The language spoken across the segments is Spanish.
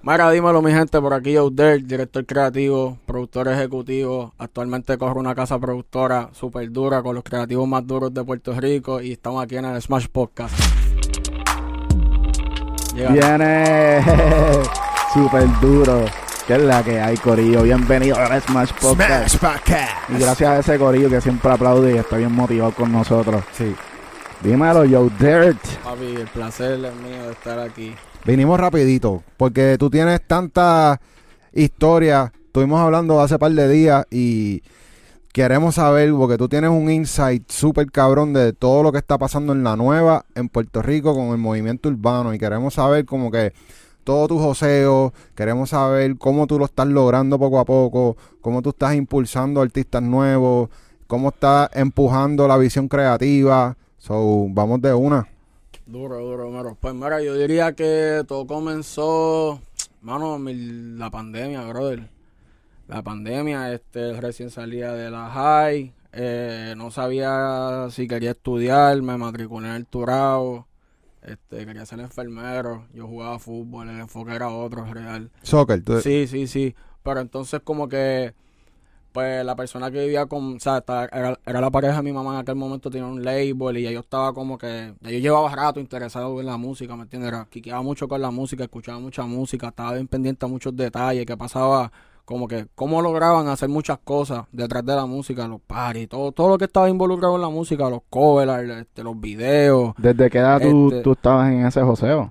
Mira, dímelo mi gente, por aquí Joe Dirt, director creativo, productor ejecutivo. Actualmente corro una casa productora súper dura con los creativos más duros de Puerto Rico y estamos aquí en el Smash Podcast. Viene súper duro. ¿Qué es la que hay, corillo? Bienvenido al Smash Podcast. Smash Podcast. Y gracias a ese corillo que siempre aplaude y está bien motivado con nosotros. Sí. Dímelo, Joe Dirt. Papi, el placer es mío de estar aquí. Vinimos rapidito, porque tú tienes tanta historia. Estuvimos hablando hace par de días y queremos saber, porque tú tienes un insight súper cabrón de todo lo que está pasando en la nueva, en Puerto Rico, con el movimiento urbano. Y queremos saber como que todo tu joseo, queremos saber cómo tú lo estás logrando poco a poco, cómo tú estás impulsando artistas nuevos, cómo estás empujando la visión creativa. So, vamos de una. Duro, mero. Pues mira, yo diría que todo comenzó, mano, la pandemia, brother. La pandemia, recién salía de la high, no sabía si quería estudiar, me matriculé en el Turao, quería ser enfermero, yo jugaba fútbol, el enfoque era otro, real. Soccer. Sí, pero entonces como que, pues la persona que vivía con, o sea, era la pareja de mi mamá en aquel momento, tenía un label y ya yo estaba como que, ya yo llevaba rato interesado en la música, ¿me entiendes? Quiqueaba mucho con la música, escuchaba mucha música, estaba bien pendiente a muchos detalles que pasaba, como que cómo lograban hacer muchas cosas detrás de la música, los parties, todo lo que estaba involucrado en la música, los covers, los videos. ¿Desde qué edad tú estabas en ese joseo?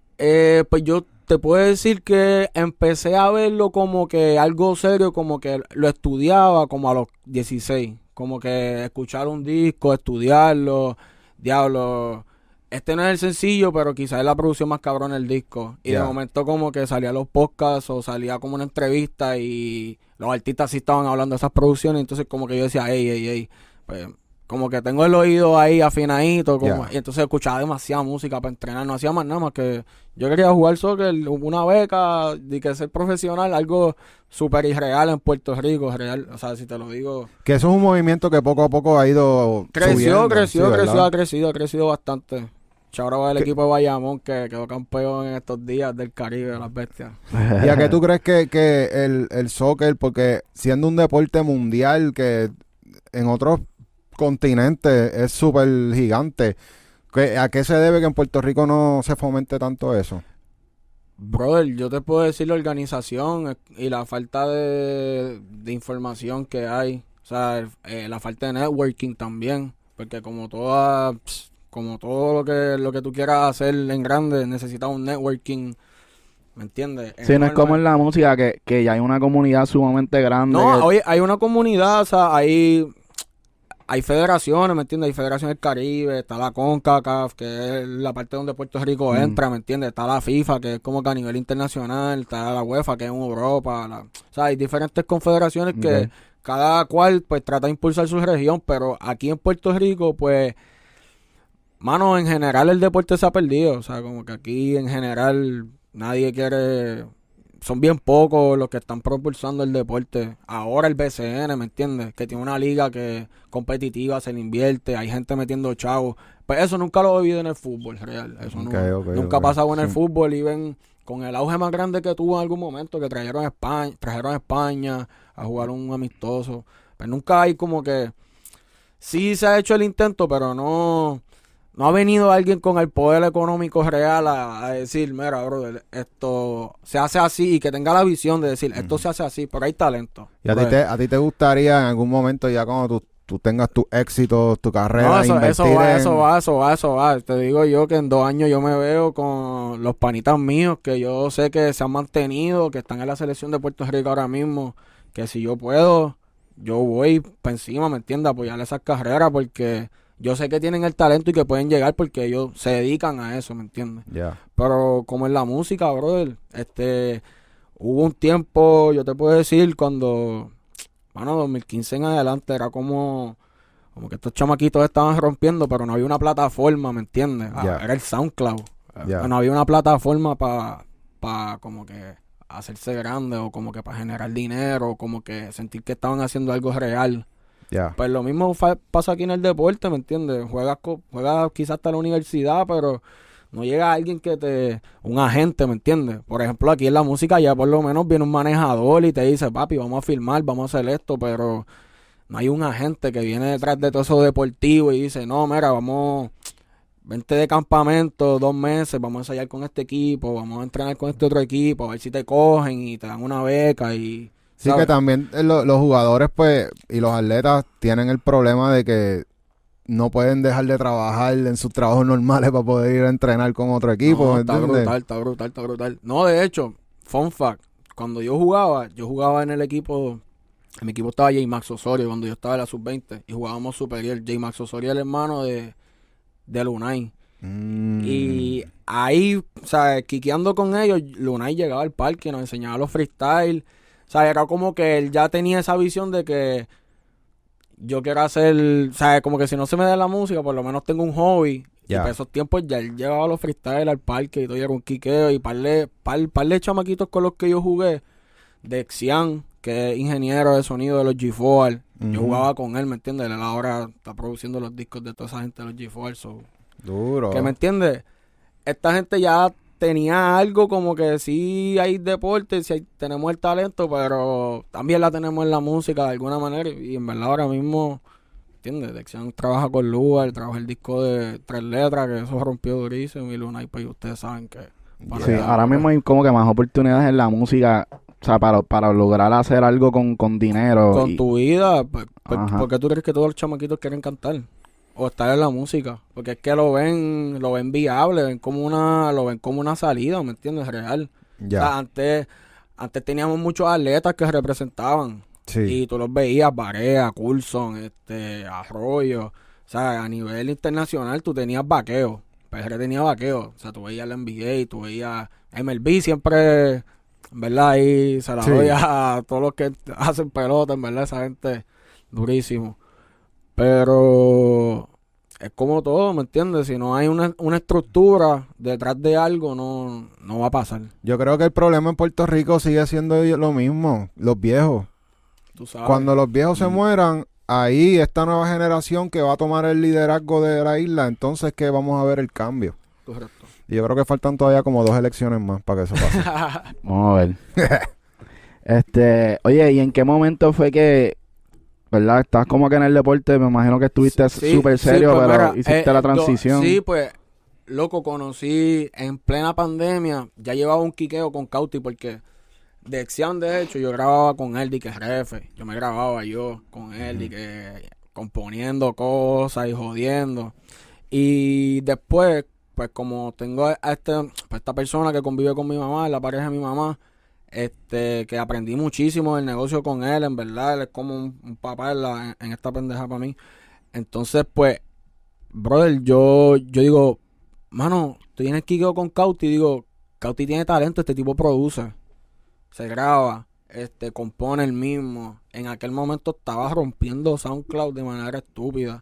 Pues yo te puedo decir que empecé a verlo como que algo serio, como que lo estudiaba como a los 16. Como que escuchar un disco, estudiarlo, diablo. No es el sencillo, pero quizás es la producción más cabrón del disco. Y de momento como que salía los podcasts o salía como una entrevista y los artistas sí estaban hablando de esas producciones. Entonces como que yo decía, ey, pues como que tengo el oído ahí afinadito, y entonces escuchaba demasiada música para entrenar, no hacía más nada más que yo quería jugar soccer, una beca, de que ser profesional, algo súper irreal en Puerto Rico, real, o sea, si te lo digo. Que eso es un movimiento que poco a poco ha ido creció, subiendo, ha crecido bastante. Ahora va el equipo de Bayamón que quedó campeón en estos días del Caribe de las bestias. ¿Y a qué tú crees que el soccer, porque siendo un deporte mundial que en otros continentes es súper gigante, ¿a qué se debe que en Puerto Rico no se fomente tanto eso? Brother, yo te puedo decir la organización y la falta de información que hay, o sea, la falta de networking también, porque como todo lo que tú quieras hacer en grande necesitas un networking, ¿me entiendes? Sí, no es como en la música que ya hay una comunidad sumamente grande. No, oye, hay una comunidad, o sea, hay federaciones, ¿me entiendes? Hay Federación del Caribe, está la CONCACAF, que es la parte donde Puerto Rico entra, ¿me entiendes? Está la FIFA, que es como que a nivel internacional, está la UEFA, que es en Europa, o sea, hay diferentes confederaciones que cada cual, pues, trata de impulsar su región, pero aquí en Puerto Rico, pues, mano, en general el deporte se ha perdido, o sea, como que aquí en general nadie quiere, son bien pocos los que están propulsando el deporte. Ahora el BCN, ¿me entiendes? Que tiene una liga que competitiva, se le invierte, hay gente metiendo chavos. Pues eso nunca lo he vivido en el fútbol, real. Eso nunca ha pasado en el fútbol y ven con el auge más grande que tuvo en algún momento, que trajeron a España a jugar un amistoso. Pues nunca hay como que, sí se ha hecho el intento, pero no ha venido alguien con el poder económico real a decir, mira, brother, esto se hace así, y que tenga la visión de decir, esto se hace así, pero hay talento. ¿Y a ti te gustaría en algún momento, ya cuando tú tengas tus éxitos, tu carrera, eso va. Te digo yo que en 2 años yo me veo con los panitas míos, que yo sé que se han mantenido, que están en la selección de Puerto Rico ahora mismo, que si yo puedo, yo voy para encima, ¿me entiendes? Apoyarle esas carreras, porque yo sé que tienen el talento y que pueden llegar porque ellos se dedican a eso, ¿me entiendes? Pero como en la música, brother, hubo un tiempo, yo te puedo decir, cuando, 2015 en adelante, era como que estos chamaquitos estaban rompiendo, pero no había una plataforma, ¿me entiendes? Era el SoundCloud. No había una plataforma para como que hacerse grande, o como que para generar dinero, o como que sentir que estaban haciendo algo real. Pues lo mismo pasa aquí en el deporte, ¿me entiendes? Juegas quizás hasta la universidad, pero No llega alguien un agente, ¿me entiendes? Por ejemplo, aquí en la música ya por lo menos viene un manejador y te dice, papi, vamos a filmar, vamos a hacer esto, pero no hay un agente que viene detrás de todo eso deportivo y dice, no, mira, vente de campamento 2 meses, vamos a ensayar con este equipo, vamos a entrenar con este otro equipo, a ver si te cogen y te dan una beca y... Sí, ¿sabes? que también los jugadores, pues, y los atletas tienen el problema de que no pueden dejar de trabajar en sus trabajos normales para poder ir a entrenar con otro equipo, No, ¿me está entiendes? brutal, está brutal. No, de hecho, fun fact, cuando yo jugaba en el equipo, en mi equipo estaba J-Max Osorio, cuando yo estaba en la sub-20, y jugábamos superior. J-Max Osorio era el hermano de Lunay. Y ahí, o sea, quiqueando con ellos, Lunay llegaba al parque, nos enseñaba los freestyle. O sea, era como que él ya tenía esa visión de que yo quiero hacer, o sea, como que si no se me da la música, por lo menos tengo un hobby. Ya. Y para esos tiempos ya él llevaba los freestyle al parque y todo, y era un quiqueo. Y par de chamaquitos con los que yo jugué, de Xian, que es ingeniero de sonido de los G4. Yo jugaba con él, ¿me entiendes? Él ahora está produciendo los discos de toda esa gente de los G4. So. Duro. ¿Que me entiendes? Esta gente ya tenía algo como que sí hay deporte, tenemos el talento, pero también la tenemos en la música de alguna manera. Y en verdad ahora mismo, ¿entiendes? Dexian trabaja con Lugar, trabaja el disco de 3 letras, que eso rompió durísimo. Y Luna, y pues ustedes saben que... Sí, ahora mismo hay como que más oportunidades en la música, o sea, para lograr hacer algo con dinero. Con tu vida, pues, Ajá. ¿por qué tú crees que todos los chamaquitos quieren cantar? O estar en la música, porque es que lo ven viable, lo ven como una salida, ¿me entiendes? Real. Ya. O sea, antes teníamos muchos atletas que representaban. Sí. Y tú los veías, Barea, Coulson, Arroyo. O sea, a nivel internacional tú tenías vaqueo. PR tenía vaqueo. O sea, tú veías la NBA, tú veías MLB siempre, en verdad, ahí se la Sí. doy a todos los que hacen pelota, en verdad, esa gente durísimo. Pero es como todo, ¿me entiendes? Si no hay una estructura detrás de algo, no va a pasar. Yo creo que el problema en Puerto Rico sigue siendo lo mismo, los viejos. Tú sabes. Cuando los viejos se mueran, ahí esta nueva generación que va a tomar el liderazgo de la isla, entonces que vamos a ver el cambio. Correcto. Y yo creo que faltan todavía como 2 elecciones más para que eso pase. Vamos a ver. Oye, ¿y en qué momento fue que, verdad, estás como que en el deporte? Me imagino que estuviste súper serio, pues, pero mira, hiciste la transición. Sí, pues, loco, conocí en plena pandemia, ya llevaba un quiqueo con Cauti porque de Xian, de hecho, yo grababa con él, que jefe, yo me grababa yo con él, que componiendo cosas y jodiendo. Y después, pues como tengo a esta persona que convive con mi mamá, la pareja de mi mamá, que aprendí muchísimo del negocio con él, en verdad, él es como un papá en esta pendeja para mí. Entonces, pues, brother, yo digo, mano, estoy en el quiqueo con Cauti, digo, Cauti tiene talento, este tipo produce, se graba, compone el mismo. En aquel momento estaba rompiendo SoundCloud de manera estúpida.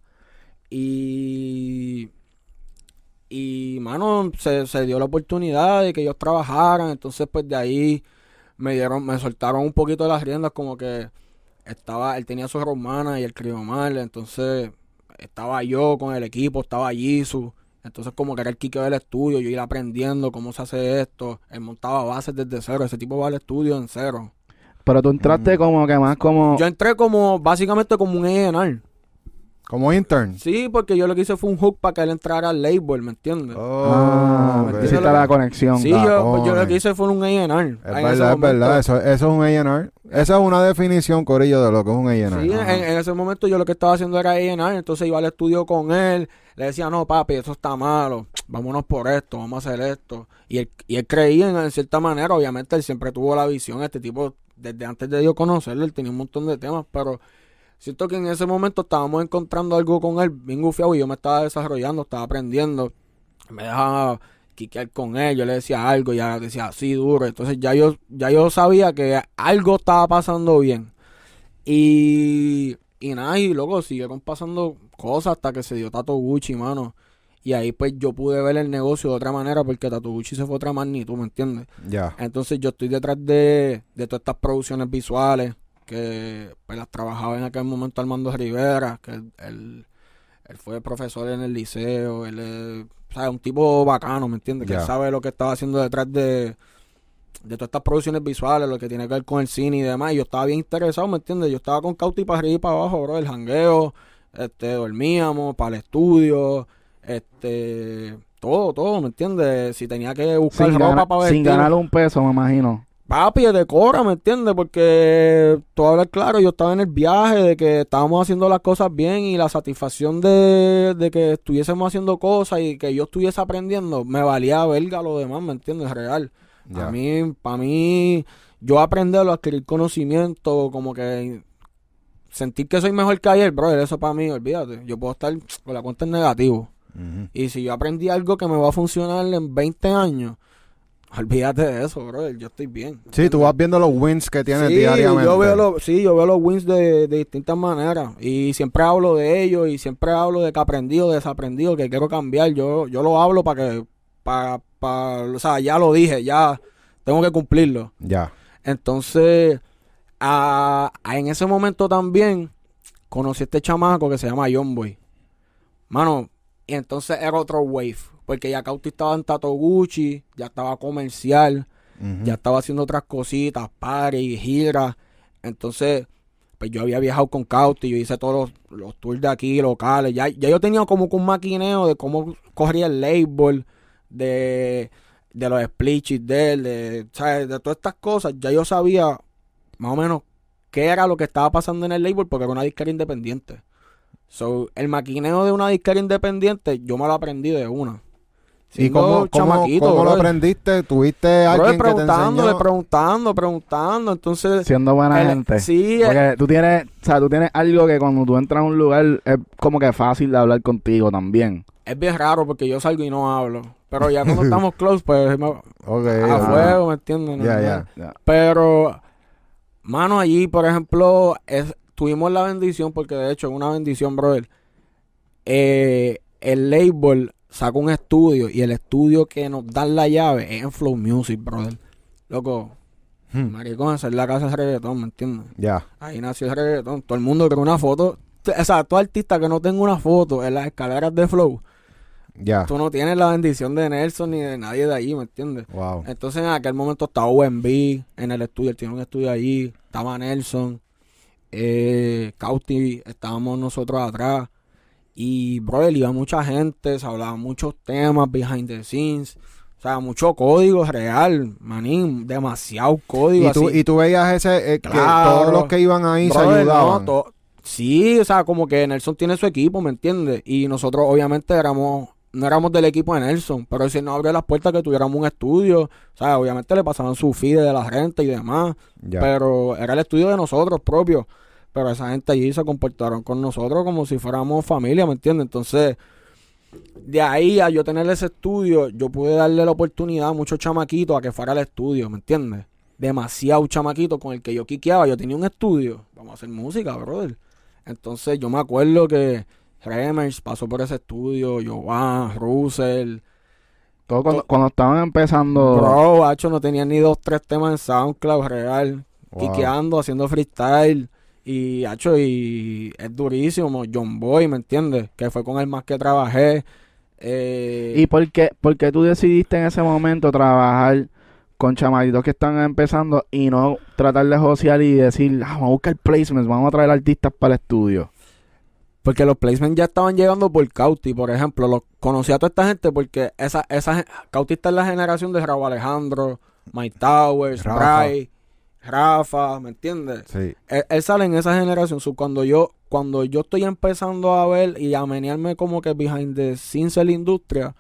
Y mano, se dio la oportunidad de que ellos trabajaran. Entonces, pues de ahí me soltaron un poquito de las riendas, como que él tenía su hermana y el Criomar. Entonces, estaba yo con el equipo, estaba Jisoo. Entonces, como que era el quiqueo del estudio, yo iba aprendiendo cómo se hace esto. Él montaba bases desde cero. Ese tipo va al estudio en cero. Pero tú entraste como que más como... Yo entré básicamente como un A&R. Como intern. Sí, porque yo lo que hice fue un hook para que él entrara al label, ¿me entiendes? Oh, ok. hiciste la conexión. Sí, Cacones. yo lo que hice fue un A&R. Es verdad. Eso es un A&R. Esa es una definición, corillo, de lo que es un A&R. Sí, en ese momento yo lo que estaba haciendo era A&R, entonces iba al estudio con él, le decía, no, papi, eso está malo, vámonos por esto, vamos a hacer esto. Y él creía en cierta manera, obviamente él siempre tuvo la visión, este tipo, desde antes de yo conocerlo, él tenía un montón de temas, pero siento que en ese momento estábamos encontrando algo con él bien gufiado y yo me estaba desarrollando, estaba aprendiendo, me dejaba quiquear con él, yo le decía algo y ya decía así duro, entonces ya yo sabía que algo estaba pasando bien y nada, y luego siguieron pasando cosas hasta que se dio Tato Gucci, mano, y ahí pues yo pude ver el negocio de otra manera porque Tato Gucci se fue a otra magnitud, ¿me entiendes? Ya. Entonces yo estoy detrás de todas estas producciones visuales que pues las trabajaba en aquel momento Armando Rivera, que él fue profesor en el liceo, él es o sea, un tipo bacano, ¿me entiendes? Que Ya. él sabe lo que estaba haciendo detrás de todas estas producciones visuales, lo que tiene que ver con el cine y demás. Y yo estaba bien interesado, ¿me entiendes? Yo estaba con Cauti para arriba y para abajo, bro, el jangueo, dormíamos para el estudio, todo, ¿me entiendes? Si tenía que buscar ropa para vestir. Sin ganar un peso, me imagino. Papi, de cora, ¿me entiendes? Porque, todo hablar claro, yo estaba en el viaje de que estábamos haciendo las cosas bien y la satisfacción de que estuviésemos haciendo cosas y que yo estuviese aprendiendo, me valía verga lo demás, ¿me entiendes? Real. Ya. Para mí, yo aprenderlo, adquirir conocimiento, como que sentir que soy mejor que ayer, brother, eso para mí, olvídate. Yo puedo estar con la cuenta en negativo. Ujú. Y si yo aprendí algo que me va a funcionar en 20 años, olvídate de eso, brother, yo estoy bien. Sí, tú vas viendo los wins que tienes Sí, diariamente. yo veo los wins de distintas maneras y siempre hablo de ellos y siempre hablo de que aprendido, desaprendido, que quiero cambiar. Yo lo hablo o sea, ya lo dije, ya tengo que cumplirlo. Ya. Entonces, en ese momento también conocí a este chamaco que se llama John Boy. Mano, y entonces era otro wave, porque ya Cauti estaba en Tato Gucci, ya estaba comercial. Ujú. Ya estaba haciendo otras cositas, party, giras. Entonces, pues yo había viajado con Cauti, yo hice todos los tours de aquí, locales. Ya yo tenía como que un maquineo de cómo corría el label, de los splitsheets de él, ¿sabes? De todas estas cosas. Ya yo sabía más o menos qué era lo que estaba pasando en el label, porque era una disquera independiente. So, el maquineo de una disquera independiente, yo me lo aprendí de una. ¿Y Siendo cómo chamaquito, lo brother. aprendiste? ¿Tuviste alguien que te enseñó? Preguntando, entonces... Siendo buena gente. Sí, Porque tú tienes algo que cuando tú entras a un lugar es como que fácil de hablar contigo también. es bien raro porque yo salgo y no hablo. Pero ya cuando estamos close, pues Ok. a fuego, ¿me entiendes? Ya, Normal. ya. Pero, mano, allí, por ejemplo, tuvimos la bendición, porque de hecho es una bendición, brother. El label saca un estudio y el estudio que nos dan la llave es en Flow Music, brother. Loco, maricón, esa es la casa del reggaetón, ¿me entiendes? Ya. Ahí nació el reggaetón. Todo el mundo quiere una foto. O sea, todo artista que no tenga una foto en las escaleras de Flow, Ya. tú no tienes la bendición de Nelson ni de nadie de allí, ¿me entiendes? Wow. Entonces en aquel momento estaba UMB en el estudio, él tiene un estudio allí, estaba Nelson, Cauti, estábamos nosotros atrás. Y, brother, iba mucha gente, se hablaban muchos temas, behind the scenes. O sea, mucho código real, manín, demasiado código. ¿Y tú veías ese, que Claro. todos los que iban ahí se Brother, ayudaban? no, sí, o sea, como que Nelson tiene su equipo, ¿me entiendes? Y nosotros obviamente no éramos del equipo de Nelson, pero si no abrió las puertas que tuviéramos un estudio, o sea, obviamente le pasaban su feed de la renta y demás, Ya. pero era el estudio de nosotros propios. Pero esa gente allí se comportaron con nosotros como si fuéramos familia, ¿me entiendes? Entonces, de ahí a yo tener ese estudio, yo pude darle la oportunidad a muchos chamaquitos a que fuera al estudio, ¿me entiendes? Demasiado chamaquito con el que yo quiqueaba. Yo tenía un estudio, vamos a hacer música, brother. Entonces, yo me acuerdo que Remers pasó por ese estudio, Jovan, Russell. Cuando estaban empezando... Bro, bacho, no tenía ni 2, 3 temas en SoundCloud real. Wow. Quiqueando, haciendo freestyle. Y es durísimo. John Boy, ¿me entiendes? Que fue con el más que trabajé. ¿Y por qué tú decidiste en ese momento trabajar con chamaquitos que están empezando y no tratar de josear y decir, vamos a buscar placements, vamos a traer artistas para el estudio? Porque los placements ya estaban llegando por Cauti, por ejemplo. Conocí a toda esta gente porque Cauti está en la generación de Raúl Alejandro, Mike Towers, Bray, Rafa, ¿me entiendes? Sí. Él sale en esa generación. Cuando yo estoy empezando a ver y a menearme como que behind the scenes de la industria,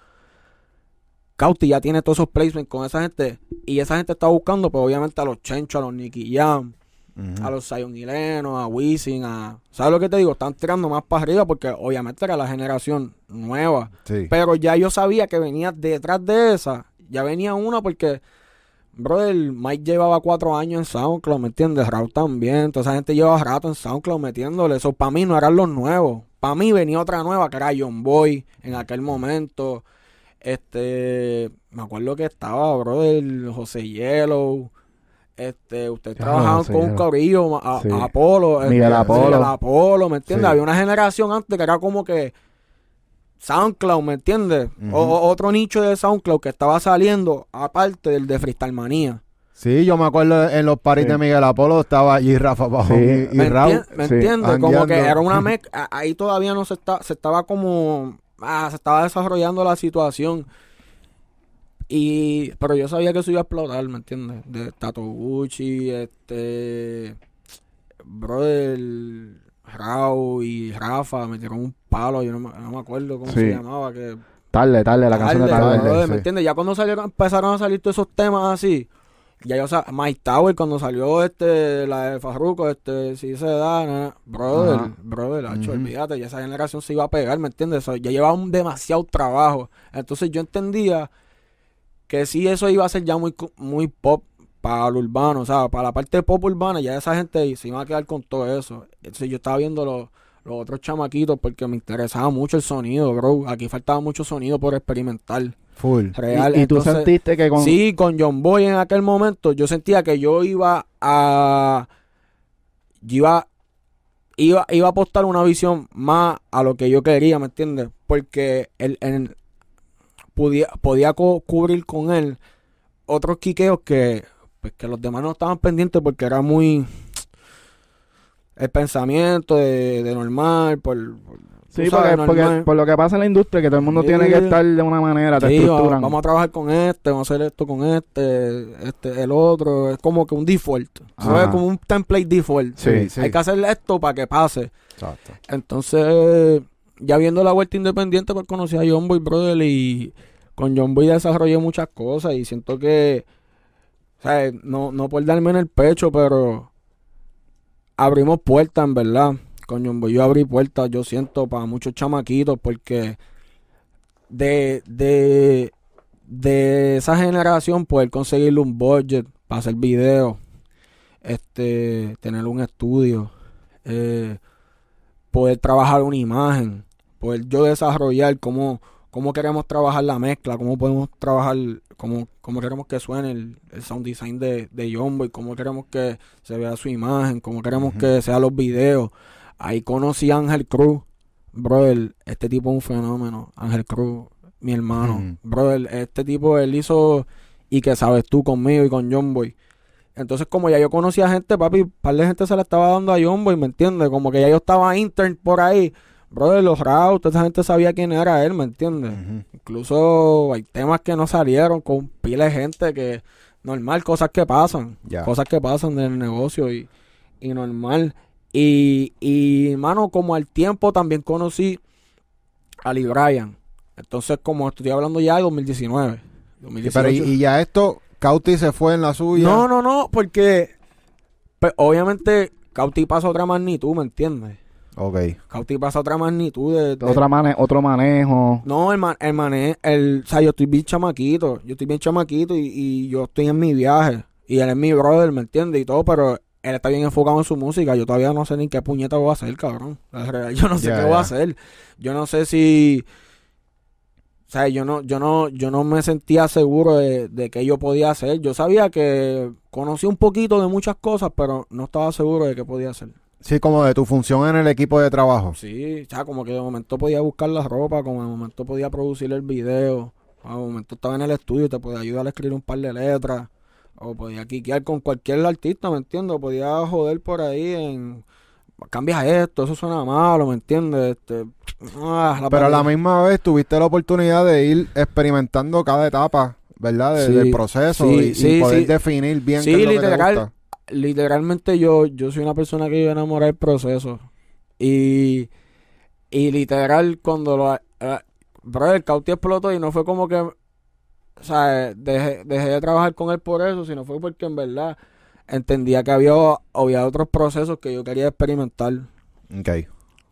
Cauti ya tiene todos esos placements con esa gente. Y esa gente está buscando, pues obviamente a los Chencho, a los Nicky Jam, a los Zion y Leno, a Wisin, ¿sabes lo que te digo? Están tirando más para arriba porque obviamente era la generación nueva. Sí. Pero ya yo sabía que venía detrás de esa. Ya venía una porque... Brother, Mike llevaba 4 años en SoundCloud, ¿me entiendes? Raúl también, toda esa gente llevaba rato en SoundCloud metiéndole. Eso para mí no eran los nuevos. Para mí venía otra nueva que era John Boy en aquel momento. Me acuerdo que estaba, brother, José Yellow. Ustedes trabajaban con un corillo, Sí. Apolo. Miguel Apolo. Miguel Apolo, ¿me entiendes? Sí. Había una generación antes que era como que... SoundCloud, ¿me entiendes? Otro nicho de SoundCloud que estaba saliendo, aparte del de Freestyle Manía. Sí, yo me acuerdo en los paris de Miguel Apolo estaba allí Rafa Pajón y Raúl. ¿Me entiendes? Como que era una mezcla. Ahí todavía no se estaba como... se estaba desarrollando la situación. Pero yo sabía que eso iba a explotar, ¿me entiendes? De Tato Gucci, brother, Raúl y Rafa me tiraron un palo, yo no me acuerdo cómo se llamaba. Tarde, la canción de Tarde. Brother, ¿me entiendes? Ya cuando empezaron a salir todos esos temas así, ya yo, o sea, Mike Tower cuando salió la de Farruko, si se da, brother, olvídate, ya esa generación se iba a pegar, ¿me entiendes? Ya llevaba demasiado trabajo. Entonces yo entendía que sí, eso iba a ser ya muy, muy pop para lo urbano, o sea, para la parte de pop urbana, ya esa gente se iba a quedar con todo eso. Entonces yo estaba viendo los otros chamaquitos porque me interesaba mucho el sonido, bro. Aquí faltaba mucho sonido por experimentar. Full. Real. ¿Y tú sentiste que con...? Sí, con John Boy en aquel momento, yo sentía que yo iba a apostar una visión más a lo que yo quería, ¿me entiendes? Porque él podía cubrir con él otros quiqueos que los demás no estaban pendientes porque era muy el pensamiento de normal sí, porque por lo que pasa en la industria, que todo el mundo tiene que estar de una manera, te estructuran. Vamos a trabajar con vamos a hacer esto con el otro, es como que un default, es como un template default. Sí. Hay que hacer esto para que pase. Exacto. Entonces, ya viendo la vuelta independiente, pues conocí a John Boy, brother, y con John Boy desarrollé muchas cosas y siento que, o sea, no por darme en el pecho, pero abrimos puertas, en verdad. Con John Boy yo abrí puertas, yo siento, para muchos chamaquitos, porque de esa generación poder conseguirle un budget para hacer videos, tener un estudio, poder trabajar una imagen, poder yo desarrollar cómo queremos trabajar la mezcla, cómo podemos trabajar, cómo queremos que suene el sound design de John Boy, cómo queremos que se vea su imagen, cómo queremos que sean los videos. Ahí conocí a Ángel Cruz, brother, este tipo es un fenómeno, Ángel Cruz, mi hermano, brother, este tipo él hizo Y Que Sabes Tú conmigo y con John Boy. Entonces, como ya yo conocía gente, papi, un par de gente se la estaba dando a John Boy, ¿me entiendes? Como que ya yo estaba intern por ahí. Brother, los Raw, toda esa gente sabía quién era él, ¿me entiendes? Incluso hay temas que no salieron con pila de gente que... Normal, cosas que pasan. Cosas que pasan del negocio y normal. Y, mano, como al tiempo también conocí a Lee Bryan. Entonces, como estoy hablando ya de 2019. 2018. Pero, y ya esto... Cauti se fue en la suya. No, porque pues, obviamente Cauti pasa a otra magnitud, ¿me entiendes? Ok. Cauti pasa a otra magnitud otro manejo. No, o sea, yo estoy bien chamaquito. Y yo estoy en mi viaje. Y él es mi brother, ¿me entiendes? Y todo, pero él está bien enfocado en su música. Yo todavía no sé ni qué puñeta voy a hacer, cabrón. La realidad, yo no sé qué voy a hacer. Yo no sé si... O sea, yo no me sentía seguro de qué yo podía hacer. Yo sabía que conocí un poquito de muchas cosas, pero no estaba seguro de qué podía hacer. Sí, como de tu función en el equipo de trabajo. Sí, o sea, como que de momento podía buscar la ropa, como de momento podía producir el video, de momento estaba en el estudio y te podía ayudar a escribir un par de letras, o podía quiquear con cualquier artista, ¿me entiendes? O podía joder por ahí en... Cambias esto, eso suena malo, ¿me entiendes? Pero a la misma vez tuviste la oportunidad de ir experimentando cada etapa, ¿verdad? Del proceso y poder definir bien qué es lo que te gusta. Literalmente yo soy una persona que vive enamorada del proceso. Y literal cuando bro, el Cauti explotó y no fue como que, o sea, dejé de trabajar con él por eso, sino fue porque en verdad entendía que había otros procesos que yo quería experimentar. Okay.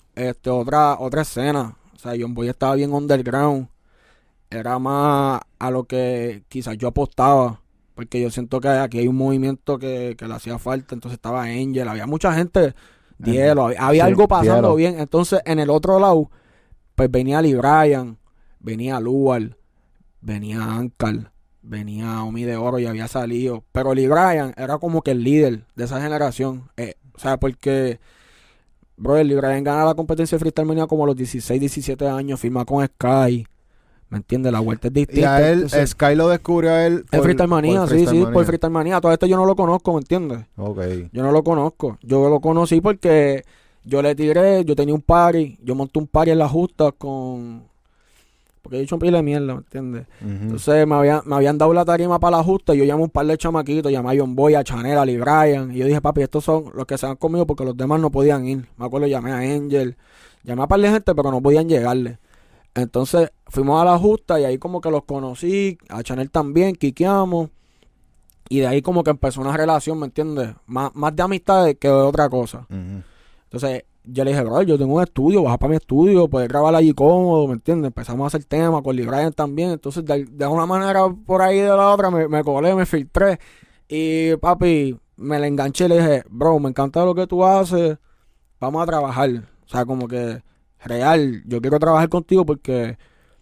Otra escena. O sea, John Boy estaba bien underground. Era más a lo que quizás yo apostaba. Porque yo siento que aquí hay un movimiento que le hacía falta. Entonces estaba Angel. Había mucha gente. Dielo. Había algo pasando bien. Entonces, en el otro lado, pues venía Lee Bryan. Venía Lual. Venía Ankar. Venía Omi de Oro y había salido. Pero Lee Bryan era como que el líder de esa generación. O sea, porque... Bro, Lee Bryan gana la competencia de Freestyle Mania como a los 16, 17 años, firma con Sky. ¿Me entiendes? La vuelta es distinta. Y a él, entonces, Sky lo descubrió a él por Freestyle Manía, por Freestyle Manía. Todo esto yo no lo conozco, ¿me entiendes? Ok. Yo no lo conozco. Yo lo conocí porque yo le tiré, yo tenía un party, yo monté un party en la justa con... Porque yo he hecho un pile de mierda, ¿me entiendes? Entonces me habían dado la tarima para la justa y yo llamé a un par de chamaquitos, llamé a John Boy, a Chanel, a Lee Bryan. Y yo dije, papi, estos son los que se van conmigo porque los demás no podían ir. Me acuerdo, llamé a Angel, llamé a un par de gente, pero no podían llegarle. Entonces fuimos a la justa y ahí como que los conocí, a Chanel también, quiqueamos. Y de ahí como que empezó una relación, ¿me entiendes? Más de amistad que de otra cosa. Entonces yo le dije, bro, yo tengo un estudio, baja para mi estudio, puedes grabar allí cómodo, ¿me entiendes? Empezamos a hacer temas con Lee Bryan también. Entonces de una manera por ahí de la otra me colé, me filtré. Y papi, me le enganché y le dije, bro, me encanta lo que tú haces, vamos a trabajar. O sea, como que real, yo quiero trabajar contigo porque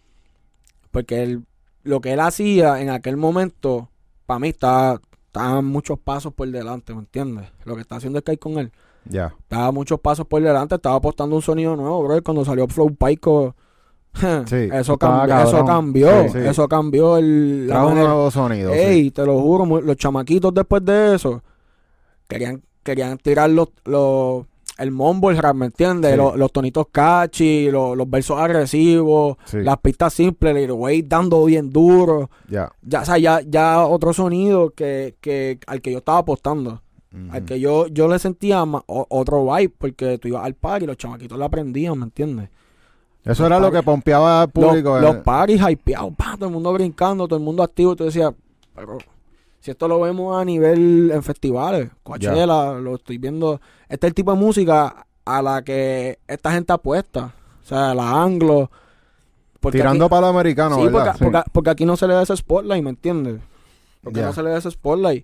lo que él hacía en aquel momento, para mí está muchos pasos por delante, ¿me entiendes? Lo que está haciendo Sky con él. Ya. Estaba muchos pasos por delante, estaba apostando un sonido nuevo, bro. Cuando salió Flow Pyco, Sí, eso cambió. Sí. Eso cambió Trajo un nuevo sonido. Ey, Sí. te lo juro, los chamaquitos después de eso querían tirar el mumble rap, ¿me entiendes? Sí. Los tonitos catchy, los versos agresivos, Sí. las pistas simples, el güey dando bien duro. Ya. Ya, o sea, ya otro sonido que al que yo estaba apostando. Al que yo le sentía otro vibe, porque tú ibas al party y los chamaquitos la aprendían, ¿me entiendes? Eso era lo que pompeaba al público. Los parties hypeados, todo el mundo brincando, todo el mundo activo. Tú decías, pero si esto lo vemos a nivel en festivales, Coachella, lo estoy viendo. Este es el tipo de música a la que esta gente apuesta. O sea, la anglo. Tirando para el americano, sí, ¿verdad? porque aquí no se le da ese spotlight, ¿me entiendes? Porque Ya. no se le da ese spotlight.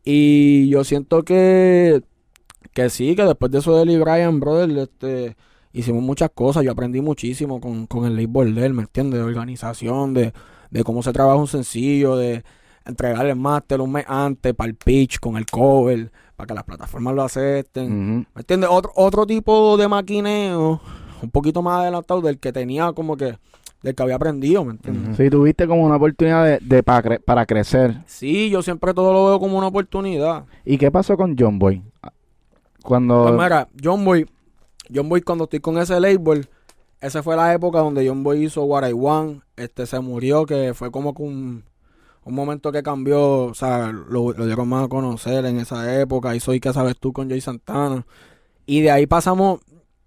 Y yo siento que sí, que después de eso de Lee Bryan, brother, hicimos muchas cosas. Yo aprendí muchísimo con el label de él, ¿me entiendes? De organización, de cómo se trabaja un sencillo, de entregar el máster un mes antes para el pitch con el cover, para que las plataformas lo acepten. ¿Me entiendes? Otro tipo de maquineo, un poquito más adelantado del que tenía como que... del que había aprendido, ¿me entiendes? Sí, tuviste como una oportunidad para crecer. Sí, yo siempre todo lo veo como una oportunidad. ¿Y qué pasó con John Boy? Cuando... Pues mira, John Boy cuando estoy con ese label, esa fue la época donde John Boy hizo What I Want, se murió, que fue como que un momento que cambió, o sea, lo dieron más a conocer en esa época, hizo Y Que Sabes Tú con Jay Santana, y de ahí pasamos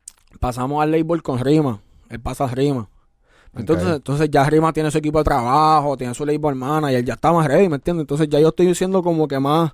al label con Rima, él pasa a Rima. Entonces ya Rima tiene su equipo de trabajo, tiene su label manager, ya está más ready, ¿me entiendes? Entonces ya yo estoy siendo como que más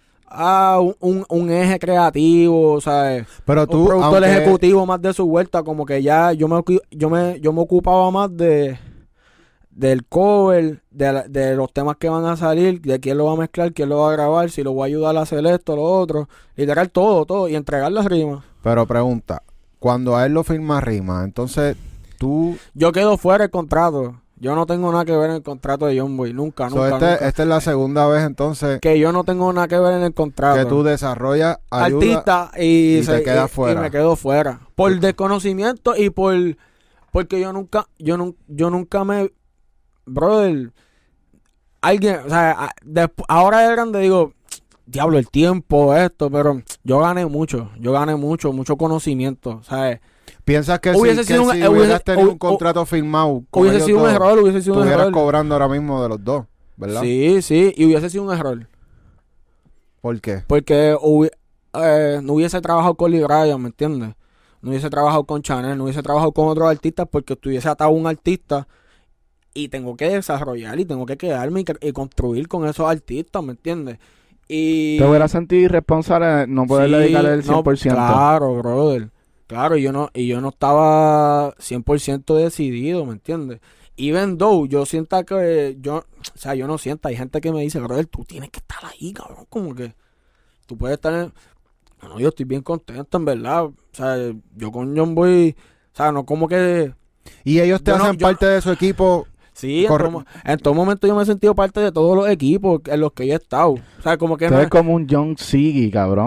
un eje creativo, ¿sabes? Pero tú, un productor ejecutivo más de su vuelta, como que ya yo me ocupaba más del cover, de los temas que van a salir, de quién lo va a mezclar, quién lo va a grabar, si lo voy a ayudar a hacer esto, lo otro, literal todo, y entregar las rimas. Pero pregunta, cuando a él lo firma Rima, entonces... Yo quedo fuera del contrato. Yo no tengo nada que ver en el contrato de John Boy. Nunca. Esta es la segunda vez entonces que yo no tengo nada que ver en el contrato. Que tú desarrollas artista y te quedas fuera. Y me quedo fuera. Por desconocimiento y porque yo nunca me... Brother, alguien... O sea, ahora de grande digo... Diablo, el tiempo, esto, pero yo gané mucho conocimiento, ¿sabes? ¿Piensas que si hubieras tenido un contrato firmado hubiese sido un error, estuvieras cobrando ahora mismo de los dos, ¿verdad? Sí, y hubiese sido un error. ¿Por qué? Porque no hubiese trabajado con Lee Bryan, ¿me entiendes? No hubiese trabajado con Chanel, no hubiese trabajado con otros artistas porque estuviese atado a un artista y tengo que desarrollar y tengo que quedarme y construir con esos artistas, ¿me entiendes? Y... ¿Te hubieras sentido irresponsable no poder dedicarle el 100%? No, claro, brother. Claro, y yo no estaba 100% decidido, ¿me entiendes? Even though yo sienta que yo no sienta, hay gente que me dice, brother, tú tienes que estar ahí, cabrón, como que tú puedes estar no, yo estoy bien contento, en verdad. O sea, yo con John Boy, o sea, no como que... ¿Y ellos te hacen parte de su equipo? Sí, en todo momento yo me he sentido parte de todos los equipos en los que yo he estado. O sea, como que... Tú eres como un John Siggy, cabrón.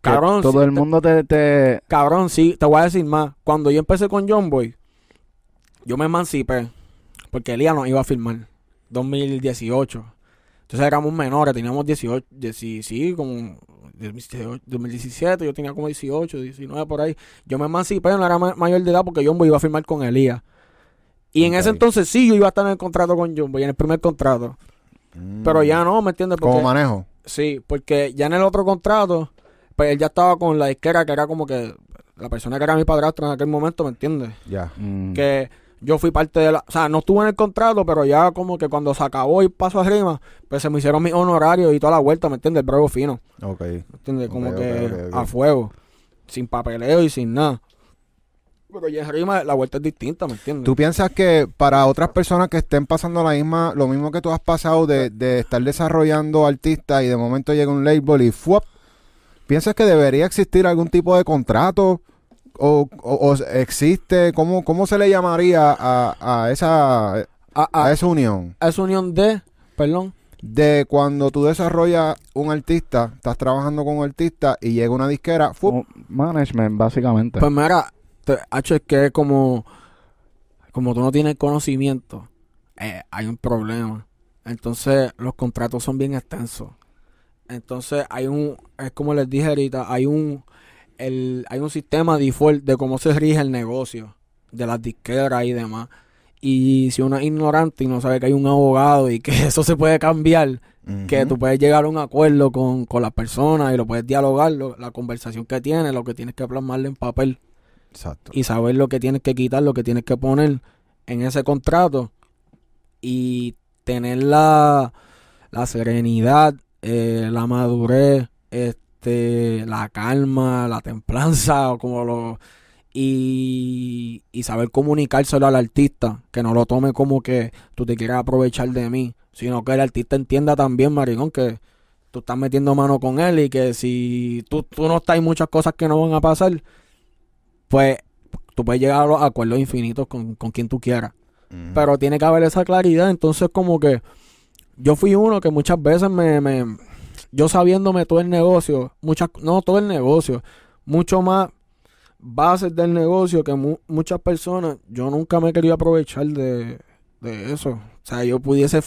Cabrón, todo el mundo te... Cabrón, sí, te voy a decir más. Cuando yo empecé con John Boy, yo me emancipé porque Elías nos iba a filmar 2018. Entonces éramos menores, teníamos 18, sí, como 2017, yo tenía como 18, 19 por ahí. Yo me emancipé, no era mayor de edad porque John Boy iba a filmar con Elías. Y en ese entonces sí, yo iba a estar en el contrato con John Boy, en el primer contrato. Pero ya no, ¿me entiendes? ¿Cómo manejo? Sí, porque ya en el otro contrato, pues él ya estaba con la disquera, que era como que la persona que era mi padrastro en aquel momento, ¿me entiendes? Ya. Que yo fui parte de la... O sea, no estuve en el contrato, pero ya como que cuando se acabó y pasó arriba, pues se me hicieron mis honorarios y toda la vuelta, ¿me entiendes? El bravo fino. Ok. ¿Me entiendes? Como Ok, que ok. a fuego, sin papeleo y sin nada. Pero ya arriba la vuelta es distinta, ¿me entiendes? ¿Tú piensas que para otras personas que estén pasando lo mismo que tú has pasado de estar desarrollando artistas y de momento llega un label y ¡fuap! ¿Piensas que debería existir algún tipo de contrato? ¿O existe? ¿Cómo se le llamaría a esa unión? A esa unión perdón. De cuando tú desarrollas un artista, estás trabajando con un artista y llega una disquera, ¡fup! Management, básicamente. Pues mira, es que como tú no tienes conocimiento, hay un problema. Entonces los contratos son bien extensos. Entonces es como les dije ahorita, hay un sistema default de cómo se rige el negocio de las disqueras y demás. Y si uno es ignorante y no sabe que hay un abogado y que eso se puede cambiar, que tú puedes llegar a un acuerdo con las personas y lo puedes dialogar, la conversación que tienes, lo que tienes que plasmarle en papel. Exacto. Y saber lo que tienes que quitar, lo que tienes que poner en ese contrato y tener la serenidad, la madurez, la calma, la templanza, y saber comunicárselo al artista, que no lo tome como que tú te quieres aprovechar de mí, sino que el artista entienda también, maricón, que tú estás metiendo mano con él y que si tú no estás, hay muchas cosas que no van a pasar, pues tú puedes llegar a los acuerdos infinitos con quien tú quieras. Pero tiene que haber esa claridad. Entonces como que yo fui uno que muchas veces yo sabiéndome todo el negocio, no todo el negocio, mucho más bases del negocio que muchas personas, yo nunca me quería aprovechar de eso. O sea, yo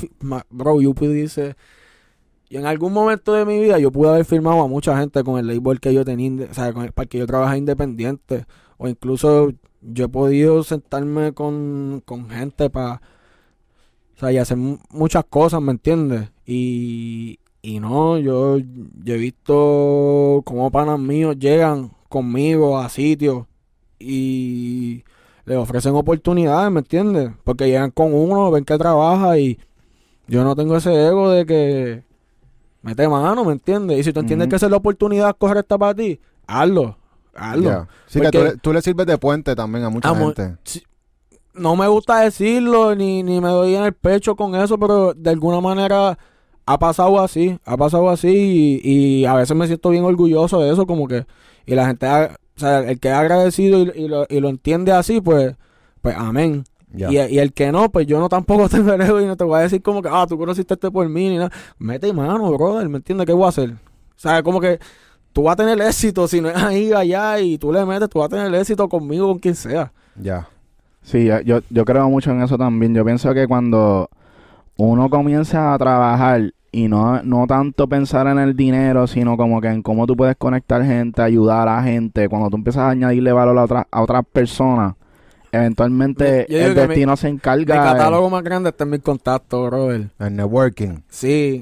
y en algún momento de mi vida yo pude haber firmado a mucha gente con el label que yo tenía, o sea, para el que yo trabajaba independiente, o incluso yo he podido sentarme con gente para, o sea, y hacer muchas cosas, ¿me entiendes? Y no, yo he visto cómo panas míos llegan conmigo a sitios y le ofrecen oportunidades, ¿me entiendes? Porque llegan con uno, ven que trabaja y yo no tengo ese ego de que mete mano, ¿me entiendes? Y si tú entiendes que esa es la oportunidad correcta para ti, hazlo. Yeah. Sí, porque que tú le sirves de puente también a mucha gente. No me gusta decirlo, ni me doy en el pecho con eso, pero de alguna manera ha pasado así y a veces me siento bien orgulloso de eso, como que, y la gente, o sea, el que es agradecido y lo entiende así, pues amén. Yeah. Y el que no, pues yo no tampoco te ego y no te voy a decir como que, tú conociste por mí ni nada. Mete mano, brother, ¿me entiendes? ¿Qué voy a hacer? O sea, como que tú vas a tener éxito, si no es ahí, allá, y tú le metes, tú vas a tener éxito conmigo, con quien sea. Ya. Sí, yo creo mucho en eso también. Yo pienso que cuando uno comienza a trabajar y no tanto pensar en el dinero, sino como que en cómo tú puedes conectar gente, ayudar a gente, cuando tú empiezas a añadirle valor a otras personas, eventualmente el destino se encarga. Mi catálogo más grande está en mis contactos, brother. El networking. Sí.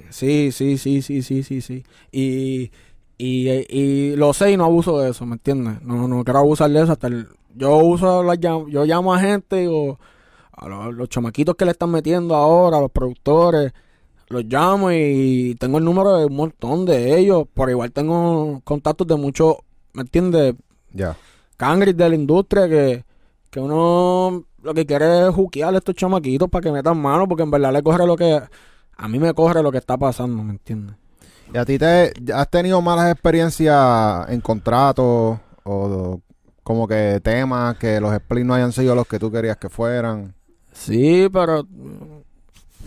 Y lo sé y no abuso de eso, ¿me entiendes? No quiero abusar de eso. Yo llamo a gente o a los chamaquitos que le están metiendo ahora, a los productores, los llamo y tengo el número de un montón de ellos. Por igual tengo contactos de muchos, ¿me entiendes? Ya. Cangris de la industria que uno lo que quiere es juquear a estos chamaquitos para que metan mano, porque en verdad le corre a mí me corre lo que está pasando, ¿me entiendes? ¿Y a ti has tenido malas experiencias en contratos o como que temas que los splits no hayan sido los que tú querías que fueran? Sí, pero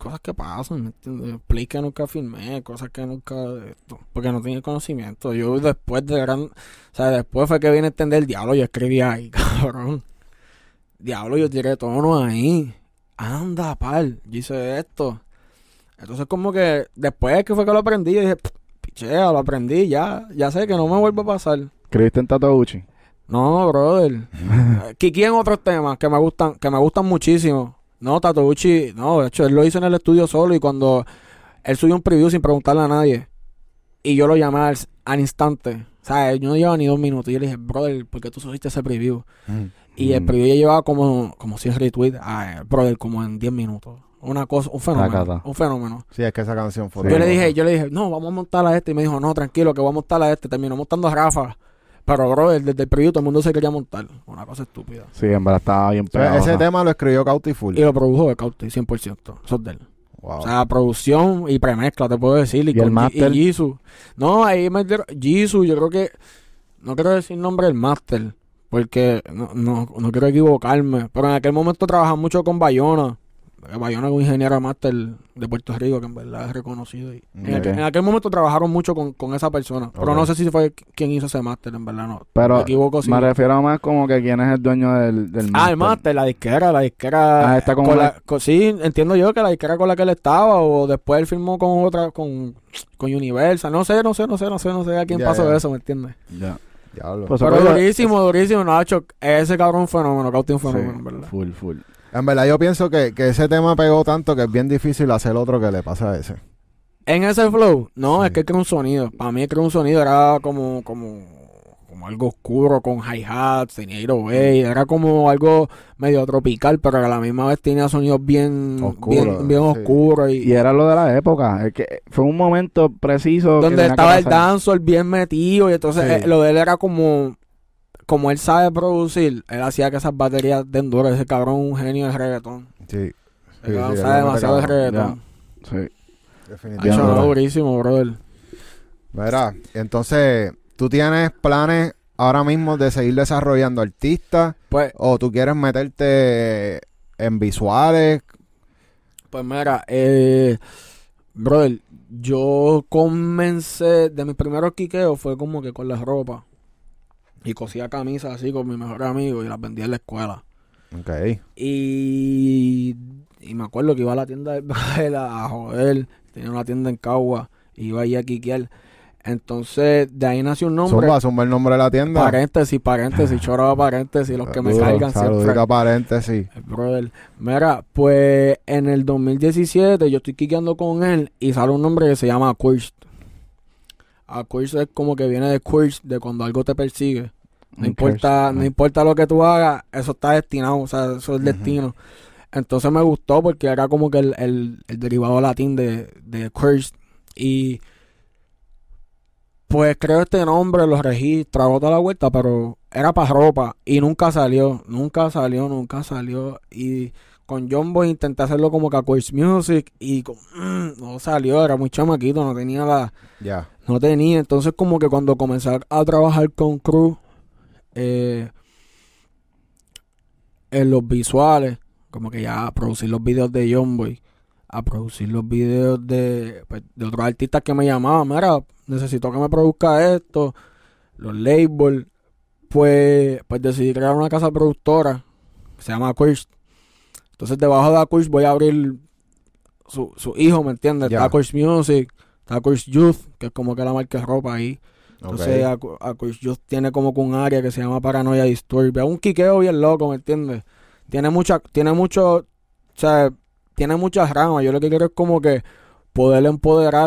cosas que pasan, ¿me entiendes? Play que nunca firmé, cosas que nunca... porque no tenía conocimiento. Yo después después fue que vine a entender el diablo, yo escribí ahí, cabrón. Diablo, yo tiré tono ahí. Anda, pal, yo hice esto. Entonces como que después que fue que lo aprendí, yo dije, pichea, lo aprendí, ya sé que no me vuelve a pasar. ¿Creíste en Tatouchi? No, brother. Kiki en otros temas que me gustan muchísimo. No, Tatouchi, no, de hecho, él lo hizo en el estudio solo y cuando él subió un preview sin preguntarle a nadie. Y yo lo llamé al instante. O sea, yo no llevaba ni 2 minutos. Y yo le dije, brother, ¿por qué tú subiste ese preview? Y el preview ya llevaba como 100 retweets. Brother, como en 10 minutos. Una cosa, un fenómeno. Un fenómeno. Sí, es que esa canción fue... Yo le dije, no, vamos a montar a este. Y me dijo, no, tranquilo, que voy a montar a este. Terminó montando a Rafa. Pero, brother, desde el preview todo el mundo se quería montar. Una cosa estúpida. Sí, en verdad estaba bien pegado. Ese tema lo escribió Cauti full. Y lo produjo de Cauti, 100%. Eso es de él. Wow. O sea, producción y premezcla, te puedo decir. ¿Y el máster? Y Jisoo. No, ahí me dieron... Jisoo, yo creo que... No quiero decir nombre del máster. Porque no quiero equivocarme. Pero en aquel momento trabajaba mucho con Bayona. Bayona es un ingeniero máster de Puerto Rico que en verdad es reconocido. Y en aquel momento trabajaron mucho con esa persona. Pero no sé si fue quien hizo ese máster, en verdad no. Pero me equivoco, sí. Me refiero más como que quién es el dueño del máster. El máster, la disquera. Está con sí, entiendo yo que la disquera con la que él estaba o después él firmó con otra, con Universal. No sé a quién pasó eso, ¿me entiendes? Ya. Pues pero durísimo, Nacho. Ese cabrón un fenómeno, Cauti un fenómeno, en verdad. Full. En verdad yo pienso que ese tema pegó tanto que es bien difícil hacer otro que le pasa a ese. En ese flow, no, sí. Es que crea un sonido. Para mí crea un sonido, era como algo oscuro con hi-hats, tenía 808, era como algo medio tropical, pero a la misma vez tenía sonidos bien oscuros. Y era lo de la época, es que fue un momento preciso. Donde estaba el dancehall bien metido y entonces lo de él era como él sabe producir, él hacía que esas baterías den duro. Ese cabrón es un genio de reggaetón. Sí. Sabe demasiado de reggaetón. Sí. Definitivamente. Eso es durísimo, brother. Verá, entonces, ¿tú tienes planes ahora mismo de seguir desarrollando artistas? Pues, ¿o tú quieres meterte en visuales? Pues mira, brother, yo comencé, de mis primeros quiqueos fue como que con la ropa. Y cosía camisas así con mi mejor amigo y las vendía en la escuela. Ok. Y me acuerdo que iba a la tienda del Braille a joder. Tenía una tienda en Cagua. Iba allí a quiquear. Entonces, de ahí nació un nombre. Zumba el nombre de la tienda. Paréntesis, choraba paréntesis, los que me cargan siempre. Saludita paréntesis. Brother. Mira, pues en el 2017 yo estoy quiqueando con él y sale un nombre que se llama Accursed. Accursed es como que viene de curse, de cuando algo te persigue. No importa lo que tú hagas, eso está destinado, o sea, eso es el destino. Entonces me gustó porque era como que el derivado latín de cursed. Y pues creo este nombre, lo registro, hago toda la vuelta, pero era para ropa y nunca salió. Y con John Boy intenté hacerlo como que a Quiz Music y no salió, era muy chamaquito, no tenía no tenía. Entonces como que cuando comencé a trabajar con Cruz en los visuales, como que ya a producir los videos de John Boy, a producir los videos de otros artistas que me llamaban, mira, necesito que me produzca esto, los labels, pues decidí crear una casa productora que se llama Quiz. Entonces debajo de Accursed voy a abrir su hijo, ¿me entiendes? Está Accursed Music, está Accursed Youth, que es como que la marca de ropa ahí. Entonces Accursed Youth tiene como que un área que se llama Paranoia Disturb. Es un quiqueo bien loco, ¿me entiendes? Tiene muchas ramas. Yo lo que quiero es como que poder empoderar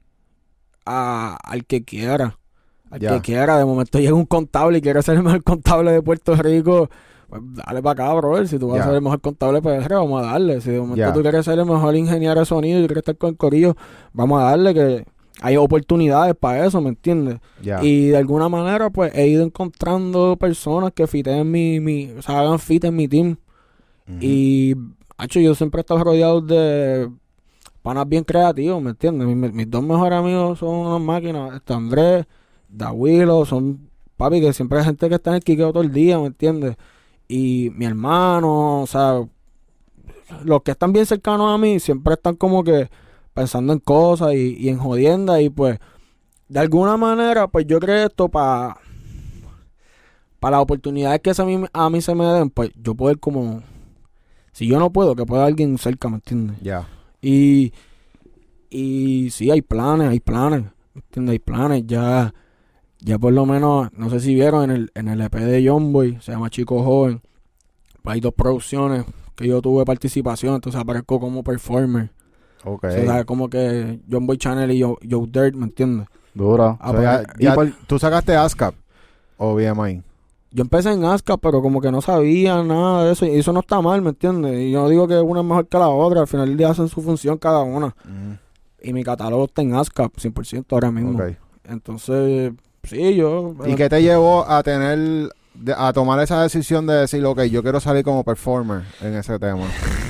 al que quiera. Que quiera. De momento llega un contable y quiere ser el mejor contable de Puerto Rico. Pues dale para acá, brother. Si tú vas a ser el mejor contable PR, vamos a darle. Si de momento tú quieres ser el mejor ingeniero de sonido y quieres estar con el corillo, vamos a darle, que hay oportunidades para eso, ¿me entiendes? Y de alguna manera, pues, he ido encontrando personas que fiten hagan fit en mi team. Y, yo siempre he estado rodeado de panas bien creativos, ¿me entiendes? Mis dos mejores amigos son unas máquinas. Andrés, Dawilo, son papi que siempre hay gente que está en el quiqueo todo el día, ¿me entiendes? Y mi hermano, o sea, los que están bien cercanos a mí siempre están como que pensando en cosas y en jodiendas y pues de alguna manera pues yo creo esto para las oportunidades que a mí se me den, pues yo poder como, si yo no puedo, que pueda alguien cerca, ¿me entiendes? Ya. Y sí, hay planes, ¿me entiendes? Hay planes, ya por lo menos, no sé si vieron en el EP de John Boy, se llama Chico Joven, pues hay 2 producciones que yo tuve participación, entonces aparezco como performer. Ok. O sea, como que John Boy Channel y Yo Dirt, ¿me entiendes? Duro. O sea, ¿tú sacaste ASCAP o BMI? Yo empecé en ASCAP, pero como que no sabía nada de eso, y eso no está mal, ¿me entiendes? Y yo no digo que una es mejor que la otra, al final del día hacen su función cada una. Y mi catálogo está en ASCAP, 100% ahora mismo. Okay. Entonces, sí, yo... ¿Y qué te llevó a a tomar esa decisión de decir, ok, yo quiero salir como performer en ese tema?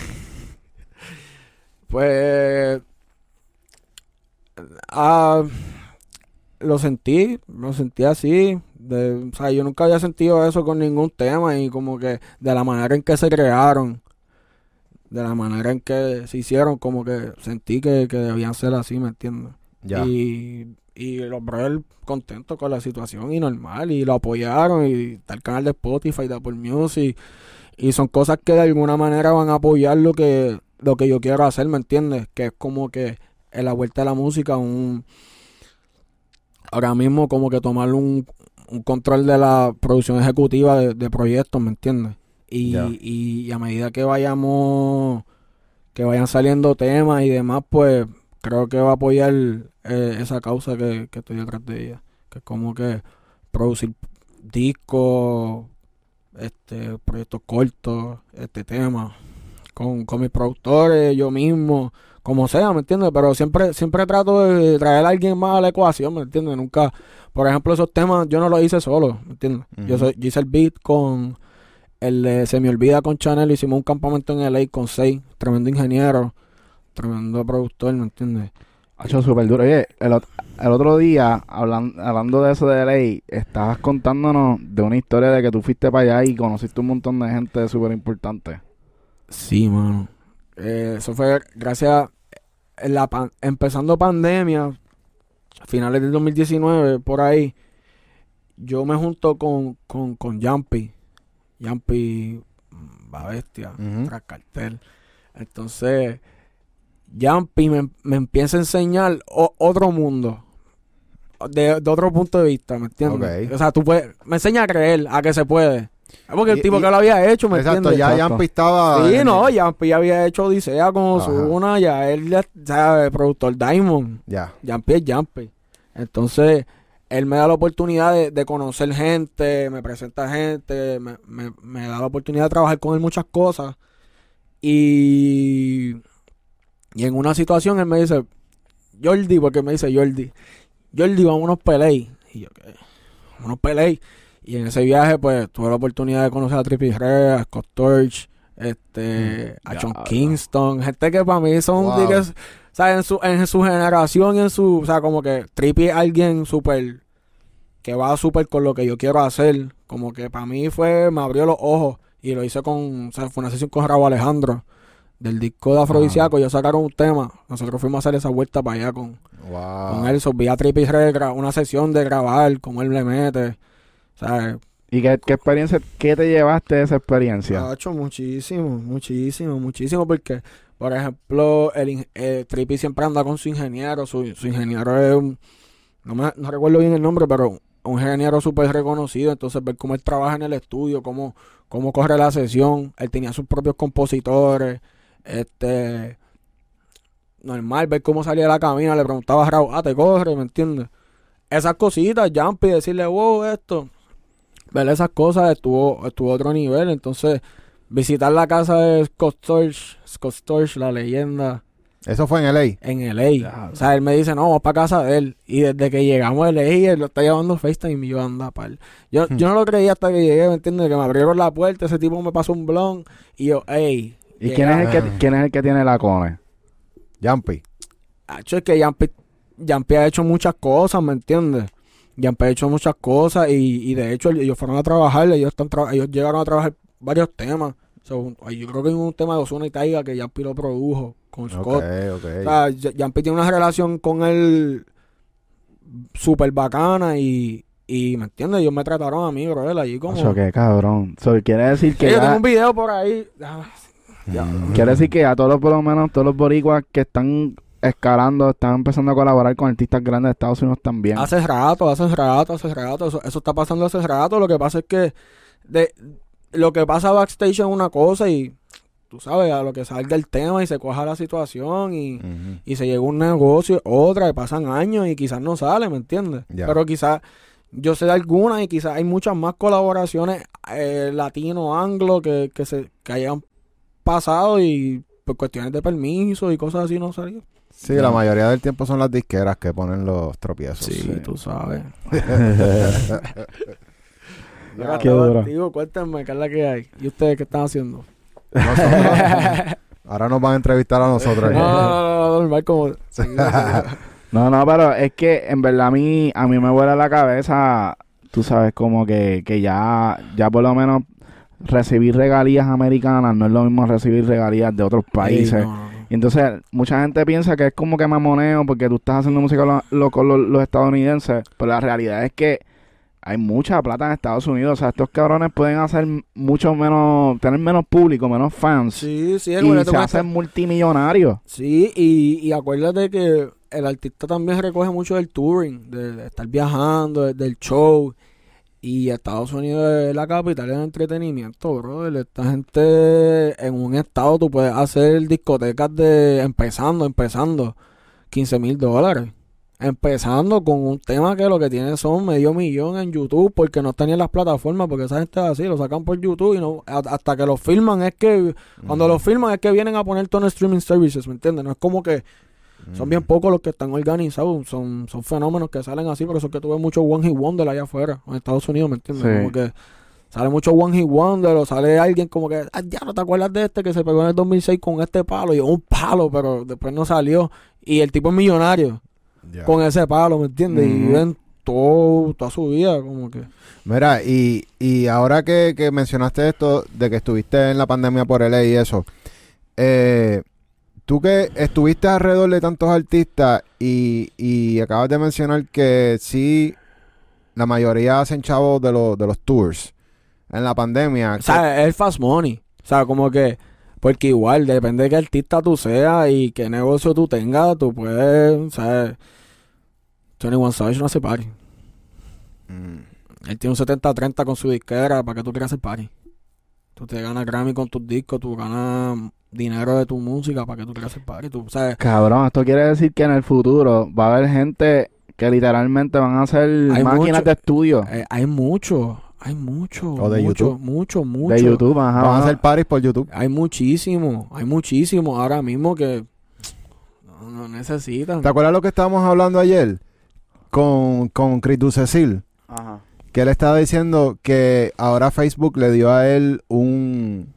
Pues... lo sentí así. O sea, yo nunca había sentido eso con ningún tema y como que de la manera en que se crearon, de la manera en que se hicieron, como que sentí que debían ser así, ¿me entiendes? Ya. Y los brothers contentos con la situación y normal, y lo apoyaron, y está el canal de Spotify, de Apple Music, y son cosas que de alguna manera van a apoyar lo que yo quiero hacer, ¿me entiendes? Que es como que en la vuelta de la música, ahora mismo como que tomar un control de la producción ejecutiva de proyectos, ¿me entiendes? Y a medida que vayan saliendo temas y demás, pues creo que va a apoyar esa causa que estoy detrás de ella, que es como que producir discos, proyectos cortos, temas con mis productores, yo mismo, como sea, ¿me entiendes? Pero siempre trato de traer a alguien más a la ecuación, ¿me entiendes? Nunca, por ejemplo, esos temas yo no los hice solo, ¿me entiendes? Yo hice el beat con el de Se Me Olvida con Chanel, hicimos un campamento en LA con 6, tremendo ingeniero, tremendo productor, ¿me entiendes? Ha hecho súper duro. Oye, el otro día, hablando de eso de LA, estabas contándonos de una historia de que tú fuiste para allá y conociste un montón de gente súper importante. Sí, mano. Eso fue gracias empezando pandemia, a finales del 2019, por ahí, yo me junto con Jumpy, va bestia, tras cartel. Entonces, Jumpy me empieza a enseñar otro mundo, de otro punto de vista, ¿me entiendes? Okay. O sea, me enseña a creer, a que se puede. Porque el tipo que lo había hecho, ¿me entiendes? Exacto, ya Jumpy estaba... Sí, Jumpy ya había hecho Odisea con Ozuna, ya él, ¿sabes? Productor Diamond. Ya. Jumpy es Jumpy. Entonces, él me da la oportunidad de conocer gente, me presenta gente, me da la oportunidad de trabajar con él muchas cosas. Y en una situación él me dice, Jordi, porque me dice Jordi, vámonos pelear. Y yo, ¿qué? Vámonos pelear. Y en ese viaje, pues, tuve la oportunidad de conocer a Trippie Redd, a Scott Storch, a Sean Kingston, gente que para mí son, o sea, en su generación y o sea, como que Trippie es alguien súper, que va súper con lo que yo quiero hacer, como que para mí me abrió los ojos, y lo hice o sea, fue una sesión con Raúl Alejandro, del disco de Afrodisíaco. Ellos sacaron un tema, nosotros fuimos a hacer esa vuelta para allá con él, vi a Trippie Redd, una sesión de grabar, como él le mete, ¿sabes? ¿Y qué experiencia, qué te llevaste de esa experiencia? Ha hecho muchísimo, porque, por ejemplo, Trippie siempre anda con su ingeniero, su ingeniero es no recuerdo bien el nombre, pero un ingeniero súper reconocido, entonces ver cómo él trabaja en el estudio, cómo corre la sesión, él tenía sus propios compositores, normal, ver cómo salía de la cabina, le preguntaba a Raúl, te corre, ¿me entiendes? Esas cositas, Jumpy, decirle, wow, esto... Ver esas cosas estuvo a otro nivel. Entonces, visitar la casa de Scott Storch, la leyenda. ¿Eso fue en LA? En LA. Ya, o sea, él me dice, no, vamos para casa de él. Y desde que llegamos a LA, él lo está llevando FaceTime y yo anda para yo no lo creía hasta que llegué, ¿me entiendes? Que me abrieron la puerta, ese tipo me pasó un blon y yo, ey. ¿Y quién es el que tiene la cone? Jumpy. Es que Jumpy ha hecho muchas cosas, ¿me entiendes? Jumpy ha hecho muchas cosas y de hecho ellos fueron a trabajar, ellos llegaron a trabajar varios temas So, yo creo que hay un tema de Ozuna y Taiga que Yampi lo produjo con Scott. Okay. O sea, Yampi tiene una relación con él súper bacana y ¿me entiendes? Ellos me trataron a mí, bro, él allí como... Eso que cabrón. Quiere decir que yo tengo un video por ahí. Quiere decir que a todos, por lo menos, todos los boricuas que están escalando, están empezando a colaborar con artistas grandes de Estados Unidos también. Hace rato. Eso está pasando hace rato. Lo que pasa es que lo que pasa backstage es una cosa y tú sabes, a lo que salga el tema y se coja la situación y se llega a un negocio, otra, y pasan años y quizás no sale, ¿me entiendes? Yeah. Pero quizás yo sé de algunas y quizás hay muchas más colaboraciones latino-anglo que hayan pasado y por cuestiones de permiso y cosas así no salió. Sí, la mayoría del tiempo son las disqueras que ponen los tropiezos. Sí, tú sabes. Qué duro. Digo, cuéntenme, ¿qué es la que hay? ¿Y ustedes qué están haciendo? Ahora nos van a entrevistar a nosotros. No, normal como... No, pero es que en verdad a mí me vuela la cabeza, tú sabes, como que ya por lo menos recibir regalías americanas no es lo mismo recibir regalías de otros países. No. Y entonces mucha gente piensa que es como que mamoneo porque tú estás haciendo música con los estadounidenses, pero la realidad es que hay mucha plata en Estados Unidos. O sea, estos cabrones pueden hacer mucho menos, tener menos público, menos fans. Sí, y se hacen multimillonarios. Sí, y acuérdate que el artista también recoge mucho del touring, de estar viajando, del show. Y Estados Unidos es la capital del entretenimiento, brother. Esta gente, en un estado tú puedes hacer discotecas empezando, $15,000. Empezando con un tema que lo que tiene son $500,000 en YouTube porque no están ni en las plataformas, porque esa gente es así, lo sacan por YouTube y no hasta que lo filman es que, cuando lo filman es que vienen a poner todo en streaming services, ¿me entiendes? No es como que son bien pocos los que están organizados, son fenómenos que salen así, por eso es que tuve mucho One Hit Wonder allá afuera, en Estados Unidos, ¿me entiendes? Sí. Como que sale mucho One Hit Wonder o sale alguien como que, ya no te acuerdas de este que se pegó en el 2006 con este palo, y un palo, pero después no salió, y el tipo es millonario. Yeah. Con ese palo, ¿me entiendes? Y viven toda su vida, como que... Mira, y ahora que mencionaste esto de que estuviste en la pandemia por LA y eso, tú que estuviste alrededor de tantos artistas y acabas de mencionar que sí, la mayoría hacen chavos de los tours en la pandemia. O sea, es el fast money. O sea, como que... Porque igual, depende de qué artista tú seas y qué negocio tú tengas, tú puedes, o sea, 21 Savage no hace party. Él tiene un 70-30 con su disquera, ¿para qué tú quieres hacer party? Tú te ganas Grammy con tus discos, tú ganas dinero de tu música, ¿para qué tú quieres hacer party? Tú, ¿sabes? Cabrón, esto quiere decir que en el futuro va a haber gente que literalmente van a hacer máquinas de estudio. Hay mucho. O de YouTube. Mucho. De YouTube, ajá. Van a hacer parties por YouTube. Hay muchísimo ahora mismo que no necesitan. ¿Te acuerdas lo que estábamos hablando ayer? Con Chris Ducecil. Ajá. Que él estaba diciendo que ahora Facebook le dio a él un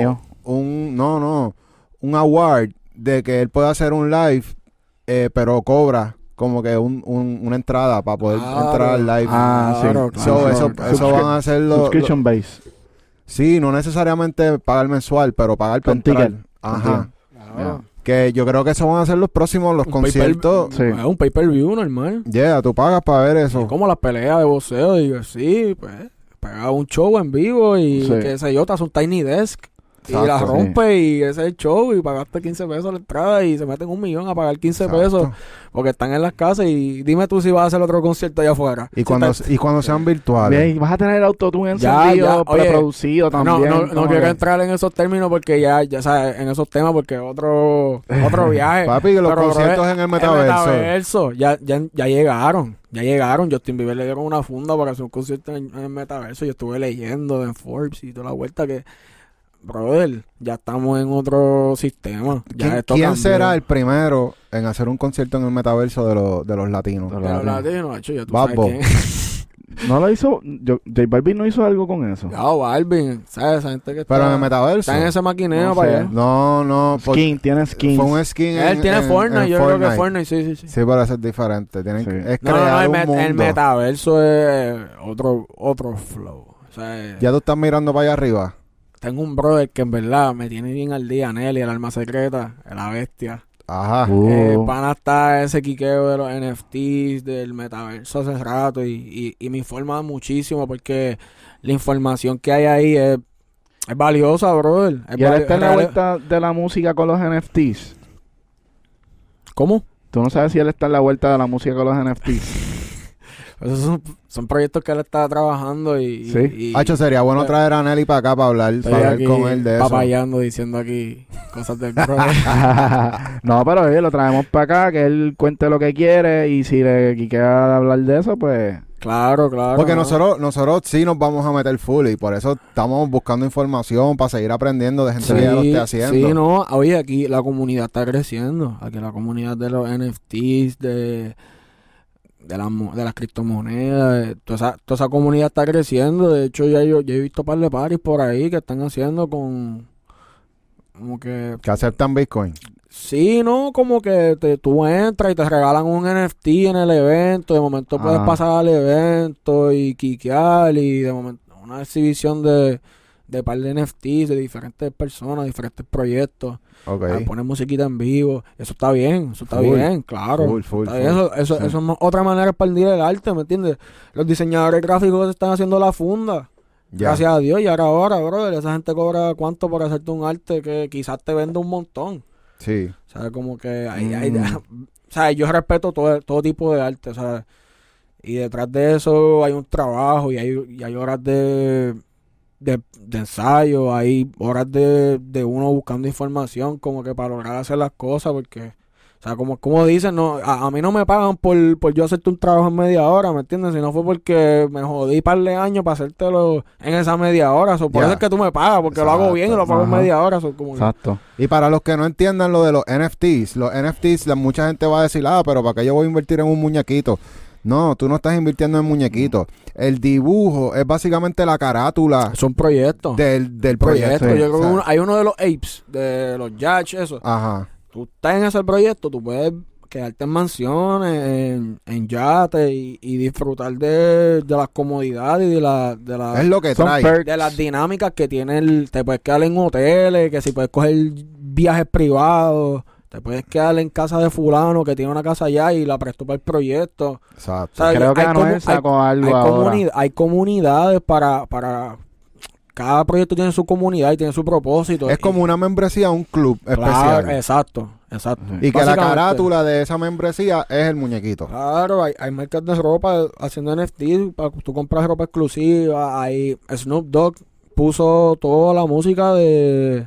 award de que él puede hacer un live, pero cobra como que una entrada para poder entrar al live. Claro. Eso van a hacerlo. Subscription base. Sí, no necesariamente pagar mensual, pero pagar por entrar. Ajá. Claro. Que yo creo que eso van a ser los próximos, los conciertos. Sí. Un pay-per-view normal. Tú pagas para ver eso. Como las peleas de boxeo, digo, sí, pues, pega un show en vivo y qué sé yo, te hace un Tiny Desk. Exacto, y la rompe y ese es el show y pagaste 15 pesos la entrada y se meten $1 millón a pagar 15 pesos porque están en las casas y dime tú si vas a hacer otro concierto allá afuera. Y cuando sean virtuales. Bien, vas a tener el autotune encendido, preproducido también. No quiero entrar en esos términos porque ya sabes, en esos temas porque otro viaje. Papi, que los conciertos en el metaverso. Ya llegaron. Justin Bieber le dieron una funda para hacer un concierto en el metaverso. Yo estuve leyendo en Forbes y toda la vuelta que... Brother, ya estamos en otro sistema. ¿Quién será el primero en hacer un concierto en el metaverso de los latinos? De los latinos, hecho, ya tú Bad sabes quién. No lo hizo... J Balvin no hizo algo con eso. Ya, Balvin, ¿sabes? Esa gente que Pero en el metaverso. Está en ese maquineo No para sé. allá. No. Tiene skins. Fue un skin Él tiene Fortnite, yo creo que Fortnite, sí. Sí, pero eso es diferente. Es No, crear un mundo. el metaverso es otro flow. O sea, Ya tú estás mirando para allá arriba. tengo un brother que en verdad me tiene bien al día, Nelly, el alma secreta, la bestia. Ajá. Pana está ese quiqueo de los NFTs, del metaverso hace rato y me informa muchísimo porque la información que hay ahí es valiosa, brother. ¿Y él está en la vuelta de la música con los NFTs? ¿Cómo? ¿Tú no sabes si él está en la vuelta de la música con los NFTs? Esos son proyectos que él está trabajando y... Sí. Hacho, sería bueno traer a Nelly para acá para hablar con él de eso. Papayando, diciendo aquí cosas del brother. No, pero oye, lo traemos para acá, que él cuente lo que quiere y si le quiera hablar de eso, pues... Claro. Porque nosotros sí nos vamos a meter full y por eso estamos buscando información para seguir aprendiendo de gente que ya lo esté haciendo. Sí, no, oye, aquí la comunidad está creciendo. Aquí la comunidad de los NFTs, de las criptomonedas, toda esa comunidad está creciendo. De hecho, yo he visto un par de paris por ahí que están haciendo como que aceptan Bitcoin. sí, no, como que tú entras y te regalan un NFT en el evento, de momento puedes pasar al evento y quiquear y de momento una exhibición de par de NFTs de diferentes personas, diferentes proyectos. Okay. Poner musiquita en vivo, eso está bien, claro. Full. Eso es otra manera de expandir el arte, ¿me entiendes? Los diseñadores gráficos están haciendo la funda. Ya. Gracias a Dios, y ahora, brother, esa gente cobra cuánto por hacerte un arte que quizás te vende un montón. Sí. O sea, como que o sea, yo respeto todo tipo de arte, o sea, y detrás de eso hay un trabajo y hay horas de ensayo, hay horas de uno buscando información como que para lograr hacer las cosas, porque o sea, como dicen, no, a mí no me pagan por yo hacerte un trabajo en media hora, ¿me entiendes? Si no fue porque me jodí par de años para hacértelo en esa media hora, por eso es que tú me pagas, porque lo hago bien y lo pago en media hora. Como exacto. Y para los que no entiendan lo de los NFTs, mucha gente va a decir, pero ¿para qué yo voy a invertir en un muñequito? No, tú no estás invirtiendo en muñequitos. El dibujo es básicamente la carátula. Son proyectos. Del proyecto. Sí. Yo creo que hay uno de los apes, de los Yacht, eso. Ajá. Tú estás en ese proyecto, tú puedes quedarte en mansiones, en yates y disfrutar de las comodidades y de la es lo que trae. De las dinámicas que tiene te puedes quedar en hoteles, que si puedes coger viajes privados. Te puedes quedar en casa de fulano que tiene una casa allá y la prestó para el proyecto. Exacto. O sea, creo que Anuel sacó algo ahora. Hay comunidades para... Cada proyecto tiene su comunidad y tiene su propósito. Es como una membresía, un club especial. Exacto. Y que la carátula de esa membresía es el muñequito. Claro, hay marcas de ropa haciendo NFT para tú compras ropa exclusiva. Snoop Dogg puso toda la música de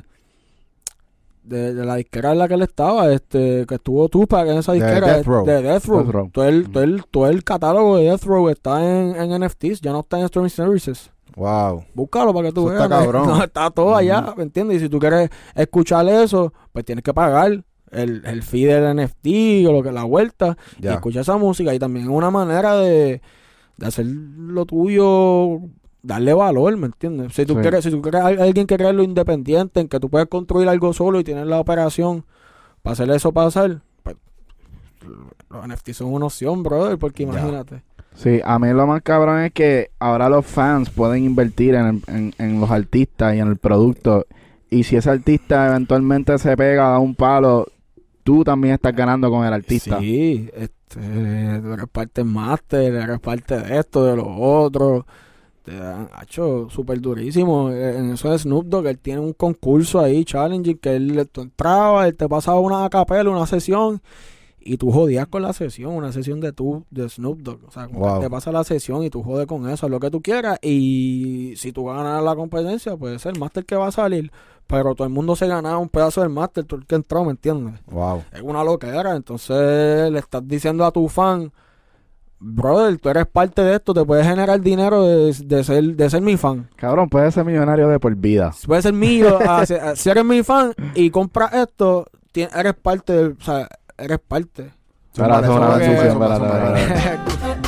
la disquera en la que él estaba, que estuvo Tupac en esa disquera de Death Row. Todo el catálogo de Death Row está en NFTs, ya no está en streaming services. Wow. Búscalo para que tú veas. Está cabrón. No, está todo allá, ¿me entiendes? Y si tú quieres escuchar eso, pues tienes que pagar el fee del NFT o lo que la vuelta y escuchar esa música. Y también es una manera de hacer lo tuyo, darle valor, ¿me entiendes? Si tú quieres alguien que cree lo independiente, en que tú puedes construir algo solo y tienes la operación para hacer eso pasar, pues los NFT son una opción, brother, porque imagínate. Sí, a mí lo más cabrón es que ahora los fans pueden invertir en los artistas y en el producto. Y si ese artista eventualmente se pega a un palo, tú también estás ganando con el artista. Sí, tú eres parte del máster, eres parte de esto, de lo otro. Te han hecho súper durísimo. En eso de Snoop Dogg, él tiene un concurso ahí, challenging, que él entraba, él te pasaba una acapella, una sesión. Y tú jodías con la sesión, una sesión de Snoop Dogg. O sea, como que te pasa la sesión y tú jodes con eso, lo que tú quieras. Y si tú ganas la competencia, puede ser el máster que va a salir. Pero todo el mundo se ganaba un pedazo del máster, todo el que entró, ¿me entiendes? Wow. Es una loquera. Entonces le estás diciendo a tu fan, brother, tú eres parte de esto, te puedes generar dinero de ser mi fan. Cabrón, puedes ser millonario de por vida. Puedes ser mío, si eres mi fan y compras esto, eres parte del... O sea, eres parte.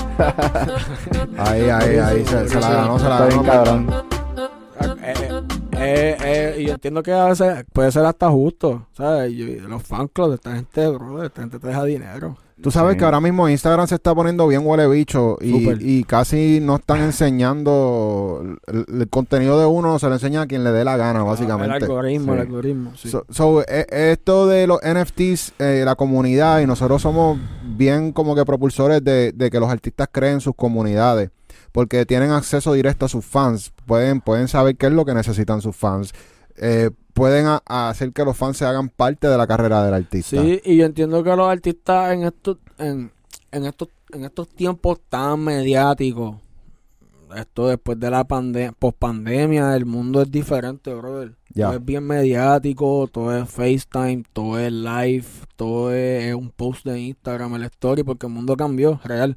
Ahí, se la ganó, Está bien, cabrón. Y yo entiendo que a veces puede ser hasta justo, ¿sabes? Los fan clubs de esta gente, bro, esta gente te deja dinero. Tú sabes que ahora mismo Instagram se está poniendo bien huele bicho y casi no están enseñando el contenido de uno, se lo enseña a quien le dé la gana, básicamente. El algoritmo, sí. Esto de los NFTs, la comunidad, y nosotros somos bien como que propulsores de que los artistas creen sus comunidades, porque tienen acceso directo a sus fans, pueden saber qué es lo que necesitan sus fans. Pueden hacer que los fans se hagan parte de la carrera del artista. Sí, y yo entiendo que los artistas en estos tiempos tan mediáticos, esto después de la post-pandemia, el mundo es diferente, brother. Ya. Todo es bien mediático, todo es FaceTime, todo es live, todo es un post de Instagram, el story, porque el mundo cambió, real.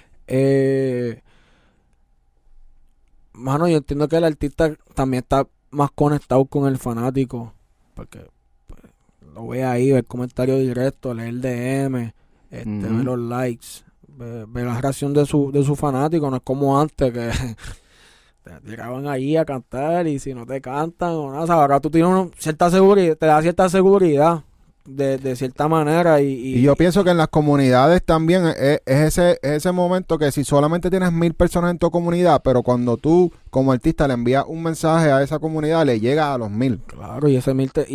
Mano, yo entiendo que el artista también está más conectado con el fanático, porque pues, lo ve ahí, ve el comentario directo, lee el DM, ve los likes, ve la reacción de su fanático. No es como antes que te tiraban ahí a cantar y si no te cantan o nada, o sea, ahora tú tienes cierta seguridad, te da cierta seguridad de cierta manera y yo pienso que en las comunidades también es ese momento que si solamente tienes 1000 personas en tu comunidad, pero cuando tú como artista le envías un mensaje a esa comunidad, le llega a los 1000. Claro, y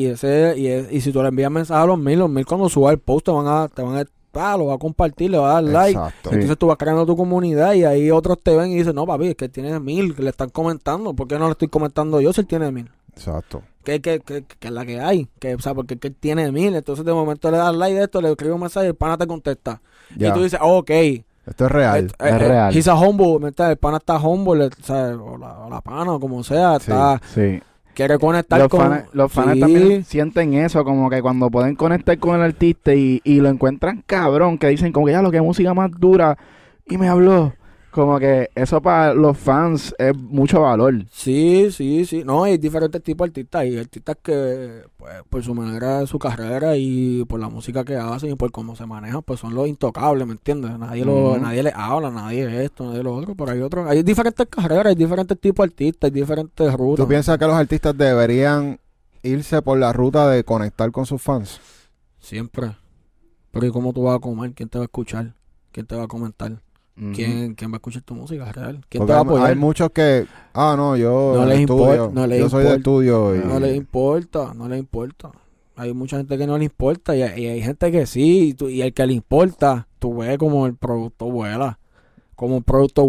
si tú le envías mensaje a los 1000 cuando suba el post te van a lo va a compartir, le va a dar like. Exacto. Entonces tú vas creando tu comunidad y ahí otros te ven y dicen, no papi, es que tiene 1000 que le están comentando, ¿por qué no le estoy comentando yo si él tiene 1000? Exacto. Que es la que hay, o sea, porque él tiene 1000, entonces de momento le das like de esto, le escribe un mensaje y el pana te contesta. Ya. Y tú dices, ok. Esto es real. Es real. He's a humble, el pana está humble, ¿sabes? O la pana, o como sea, está... Sí. Quiere conectar los fans sí. también sienten eso, como que cuando pueden conectar con el artista y lo encuentran cabrón, que dicen como que ya lo que música más dura y me habló. Como que eso para los fans es mucho valor. Sí. No, hay diferentes tipos de artistas. Hay artistas que, pues, por su manera de su carrera y por la música que hacen y por cómo se manejan, pues son los intocables, ¿me entiendes? Nadie les habla, nadie esto, nadie lo otro. Pero hay otros. Hay diferentes carreras, hay diferentes tipos de artistas, hay diferentes rutas. ¿Tú piensas que los artistas deberían irse por la ruta de conectar con sus fans? Siempre. Pero ¿y cómo tú vas a comer? ¿Quién te va a escuchar? ¿Quién te va a comentar? ¿Quién va a escuchar tu música real? ¿Quién te va a apoyar? Hay muchos que, yo no les importa, yo soy de estudio. No les importa. Hay mucha gente que no le importa y hay gente que sí. Y el que le importa, tú ves como el producto vuela. Cómo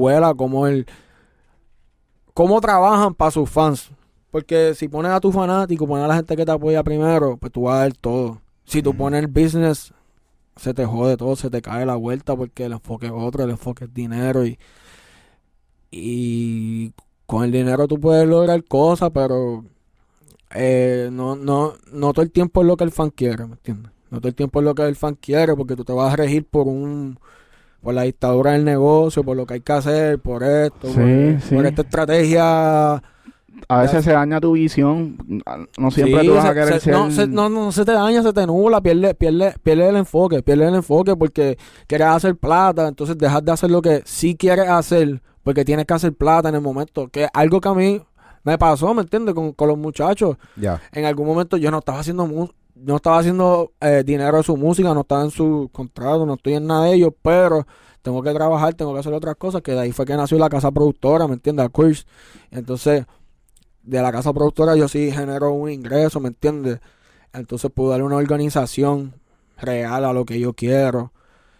trabajan para sus fans. Porque si pones a tu fanático, pones a la gente que te apoya primero, pues tú vas a dar todo. Si tú pones el business, se te jode todo, se te cae la vuelta porque el enfoque es otro, el enfoque es dinero y con el dinero tú puedes lograr cosas, pero no todo el tiempo es lo que el fan quiere, ¿me entiendes? No todo el tiempo es lo que el fan quiere porque tú te vas a regir por la dictadura del negocio, por lo que hay que hacer, por esto, por esta estrategia. A veces se daña tu visión. No siempre tú vas a querer ser... No se te daña, se te nubla, pierde el enfoque porque quieres hacer plata, entonces dejas de hacer lo que sí quieres hacer porque tienes que hacer plata en el momento, que es algo que a mí me pasó, ¿me entiendes? Con los muchachos. Ya. En algún momento yo no estaba haciendo dinero de su música, no estaba en su contrato, no estoy en nada de ellos, pero tengo que trabajar, tengo que hacer otras cosas, que de ahí fue que nació la casa productora, ¿me entiendes? Curse. Entonces, de la casa productora yo sí genero un ingreso, ¿me entiendes? Entonces puedo darle una organización real a lo que yo quiero.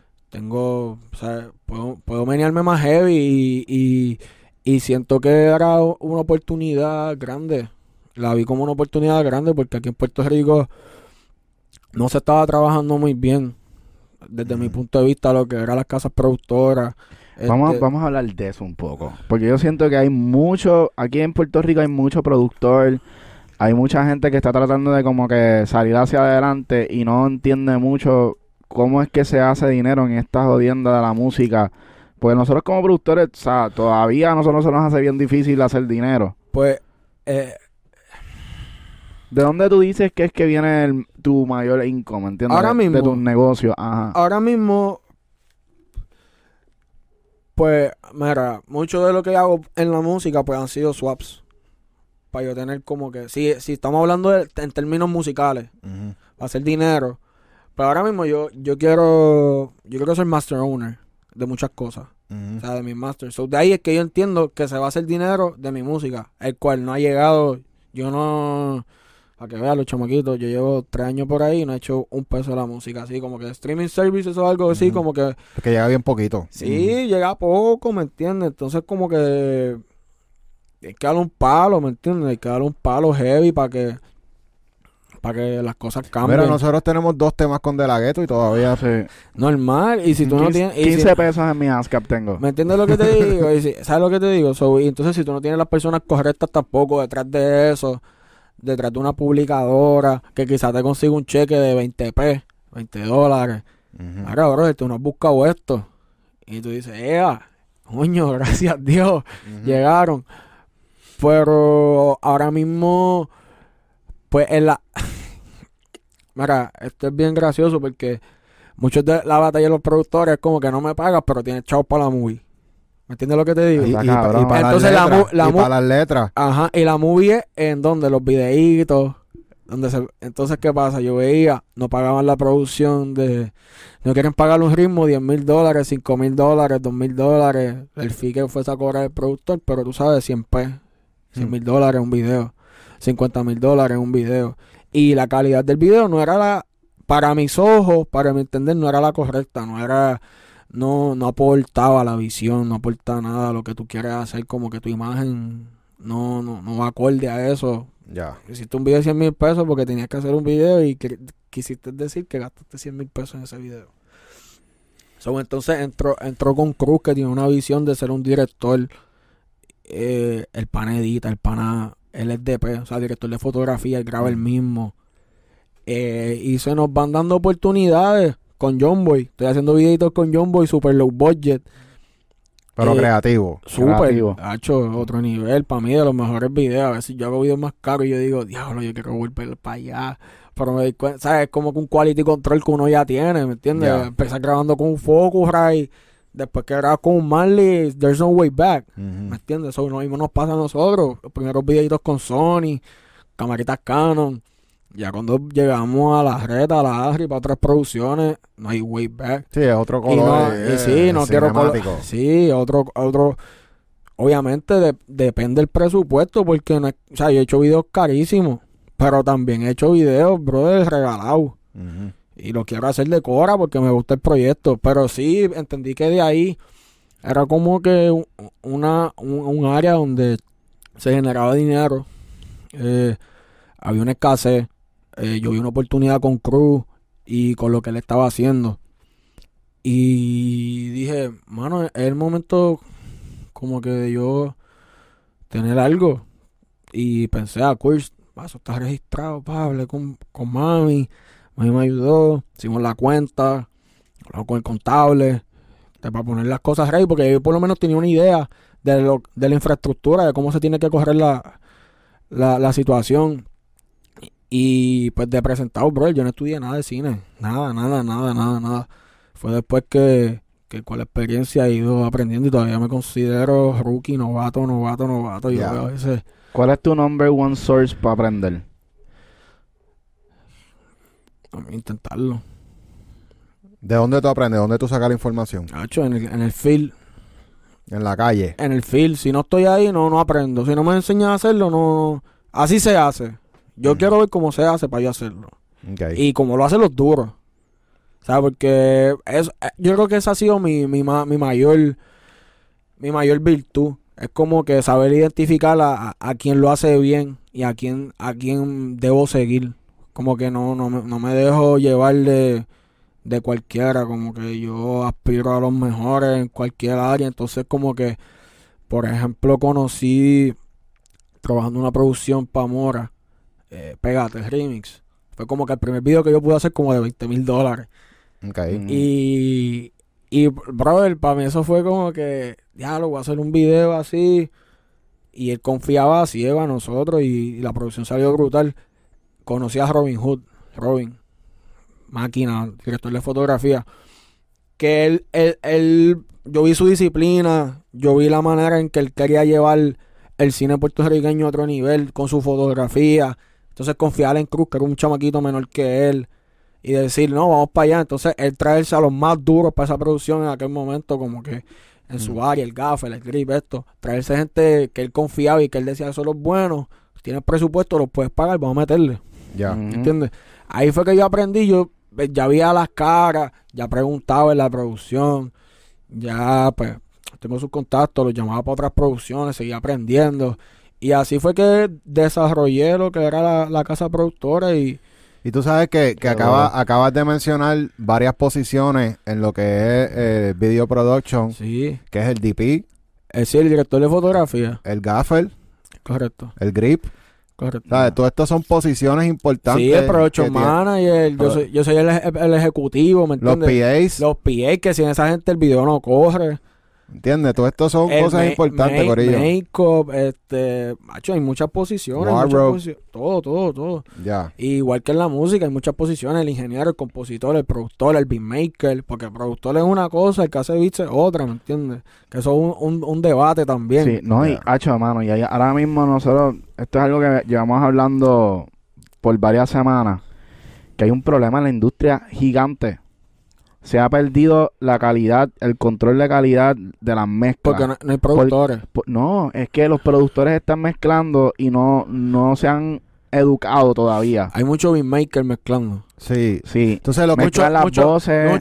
Puedo menearme más heavy y siento que era una oportunidad grande. La vi como una oportunidad grande porque aquí en Puerto Rico no se estaba trabajando muy bien desde mi punto de vista lo que eran las casas productoras. Vamos a hablar de eso un poco, porque yo siento que hay mucho, aquí en Puerto Rico hay mucho productor, hay mucha gente que está tratando de como que salir hacia adelante y no entiende mucho cómo es que se hace dinero en esta jodienda de la música, porque nosotros como productores, o sea, todavía a nosotros se nos hace bien difícil hacer dinero. Pues, ¿de dónde tú dices que es que viene tu mayor income, entiendes? Ahora mismo. De tus negocios, ajá. Ahora mismo... Pues, mira, mucho de lo que hago en la música, pues han sido swaps. para yo tener como que, si estamos hablando en términos musicales, para hacer dinero, pero ahora mismo yo quiero ser master owner de muchas cosas, o sea, de mis masters. So, de ahí es que yo entiendo que se va a hacer dinero de mi música, el cual no ha llegado, yo no, para que vean los chamaquitos, yo llevo 3 años por ahí y no he hecho un peso de la música, así como que streaming services o algo así, como que... Porque llega bien poquito. Sí, llega poco, ¿me entiendes? Entonces como que hay que darle un palo, ¿me entiendes? Hay que darle un palo heavy para que las cosas cambien. Mira, nosotros tenemos 2 temas con De La Ghetto y todavía... Normal, y si tú 15, no tienes... 15 pesos en mi ASCAP tengo. ¿Me entiendes lo que te digo? ¿Sabes lo que te digo? Y entonces si tú no tienes las personas correctas tampoco detrás de eso, detrás de una publicadora, que quizás te consiga un cheque de $20. Ahora, bro, tú no has buscado esto. Y tú dices, coño, gracias a Dios, llegaron. Pero ahora mismo, pues mira, esto es bien gracioso porque muchos de la batalla de los productores es como que no me pagas, pero tienes chavos para la movie. ¿Me entiendes lo que te digo? Y para entonces para las letras. Ajá, y la movie es en donde los videitos, entonces ¿qué pasa? Yo veía, no pagaban la producción no quieren pagar un ritmo, $10,000, $5,000, $2,000, el fee que fuese a cobrar el productor, pero tú sabes, $100,000 en un video, $50,000 en un video, y la calidad del video no era para mis ojos, para mi entender, no era la correcta, no aportaba la visión, no aportaba nada a lo que tú quieres hacer, como que tu imagen no va acorde a eso. Ya. Hiciste un video de $100,000 porque tenías que hacer un video y quisiste decir que gastaste $100,000 en ese video. Entonces entró con Cruz, que tiene una visión de ser un director, el pana edita, el pana, él es DP, o sea, director de fotografía, él graba el mismo. Y se nos van dando oportunidades con John Boy. Estoy haciendo videitos con John Boy, super low budget. Pero creativo. Súper, ha hecho otro nivel, para mí de los mejores videos. A veces yo hago videos más caros y yo digo, diablo, yo quiero volver para allá. Pero me doy cuenta, ¿sabes? Es como que un quality control que uno ya tiene, ¿me entiendes? Yeah. Empezar grabando con un Focusrite, después que grabas con un Marley, there's no way back, ¿me entiendes? Eso mismo nos pasa a nosotros. Los primeros videitos con Sony, camaritas Canon. Ya cuando llegamos a la Reta, a la Adri, para otras producciones, no hay way back. Sí, es otro color. No quiero color. Sí, otro. Obviamente depende del presupuesto, porque o sea, yo he hecho videos carísimos, pero también he hecho videos, brother, regalados. Y lo quiero hacer de Cora porque me gusta el proyecto. Pero sí, entendí que de ahí era como que un área donde se generaba dinero. Había una escasez. Yo vi una oportunidad con Cruz y con lo que él estaba haciendo. Y dije, mano, es el momento como que de yo tener algo. Y pensé, Curse, eso está registrado, hablé con mami. Mami me ayudó, hicimos la cuenta, hablamos con el contable, para poner las cosas ready, porque yo por lo menos tenía una idea de la infraestructura, de cómo se tiene que correr la situación. Y pues de presentado, bro, yo no estudié nada de cine, nada. Fue después que con la experiencia he ido aprendiendo y todavía me considero rookie, novato. Yeah. Yo a veces... ¿Cuál es tu number one source para aprender? Intentarlo. ¿De dónde tú aprendes? ¿De dónde tú sacas la información? Hacho, en el field. En la calle. En el field. Si no estoy ahí, no aprendo. Si no me enseñan a hacerlo, no. Así se hace. Yo quiero ver cómo se hace para yo hacerlo. Okay. Y como lo hacen los duros. ¿Sabes? Porque yo creo que esa ha sido mi mayor virtud. Es como que saber identificar a quien lo hace bien y a quien debo seguir. Como que no me dejo llevar de cualquiera. Como que yo aspiro a los mejores en cualquier área. Entonces como que, por ejemplo, conocí trabajando en una producción para Mora, Pégate, Remix. Fue como que el primer video que yo pude hacer como de $20,000. Okay. Y brother, para mí eso fue como que, diablo, voy a hacer un video así. Y él confiaba así a nosotros y la producción salió brutal. Conocí a Robin máquina, director de fotografía. Que él yo vi su disciplina, yo vi la manera en que él quería llevar el cine puertorriqueño a otro nivel con su fotografía. Entonces confiar en Cruz, que era un chamaquito menor que él, y decir, no, vamos para allá. Entonces él traerse a los más duros para esa producción en aquel momento, como que en su área, el gaffer, el grip, esto. Traerse gente que él confiaba y que él decía, son los buenos, tienes presupuesto, los puedes pagar, vamos a meterle. Ya. ¿Entiendes? Ahí fue que yo aprendí, yo ya veía las caras, ya preguntaba en la producción, ya pues tengo sus contactos, los llamaba para otras producciones, seguía aprendiendo. Y así fue que desarrollé lo que era la casa productora y tú sabes que acabas de mencionar varias posiciones en lo que es video production, sí, que es el DP, es el director de fotografía. el gaffer, Correcto. el grip. Correcto. ¿Sabes? Todas estas son posiciones importantes. Sí, el production manager, yo soy el ejecutivo, ¿me entiendes? Los PAs, que sin esa gente el video no corre. ¿Entiendes? Todo esto son cosas importantes, Corillo. Make-up, macho, hay muchas posiciones. Todo. Ya. Igual que en la música, hay muchas posiciones. El ingeniero, el compositor, el productor, el beatmaker. Porque el productor es una cosa, el que hace beats es otra, ¿me entiendes? Que eso es un debate también. Sí, no, y hacho, mano, y ahora mismo nosotros, esto es algo que llevamos hablando por varias semanas, que hay un problema en la industria gigante. Se ha perdido la calidad, el control de calidad de las mezclas. Porque no hay productores. No, es que los productores están mezclando y no se han educado todavía. Hay mucho beatmaker mezclando. Sí. Entonces lo que las voces.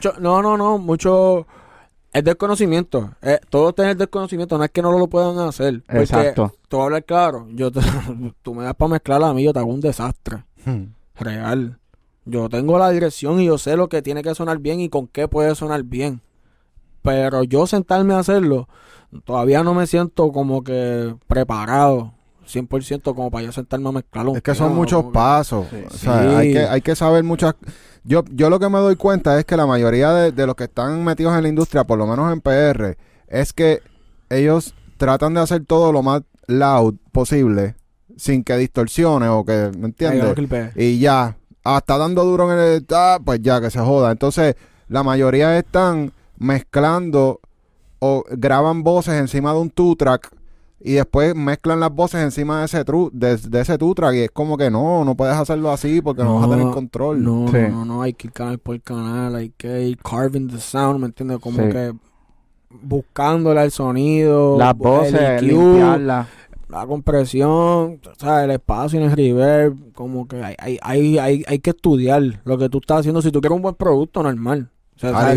Mucho es desconocimiento. Todo tiene el desconocimiento. No es que no lo puedan hacer. Exacto. Te voy a hablar claro. Tú me das para mezclar a mí, yo te hago un desastre. Real. Yo tengo la dirección y yo sé lo que tiene que sonar bien y con qué puede sonar bien. Pero yo sentarme a hacerlo, todavía no me siento como que preparado 100% como para yo sentarme a mezclarlo. Es que son muchos pasos. Sí. O sea, hay que saber muchas... Yo lo que me doy cuenta es que la mayoría de los que están metidos en la industria, por lo menos en PR, es que ellos tratan de hacer todo lo más loud posible, sin que distorsione o que... ¿Me entiendes? Y ya... está dando duro en el... pues ya, que se joda. Entonces, la mayoría están mezclando o graban voces encima de un two-track y después mezclan las voces encima de ese two-track y es como que no puedes hacerlo así porque no vas a tener control. No, hay que ir canal por canal, hay que ir carving the sound, ¿me entiendes? Como que buscándole el sonido, las voces, limpiarlas. La compresión, o sea, el espacio en el reverb, como que hay que estudiar lo que tú estás haciendo si tú quieres un buen producto normal. O sea,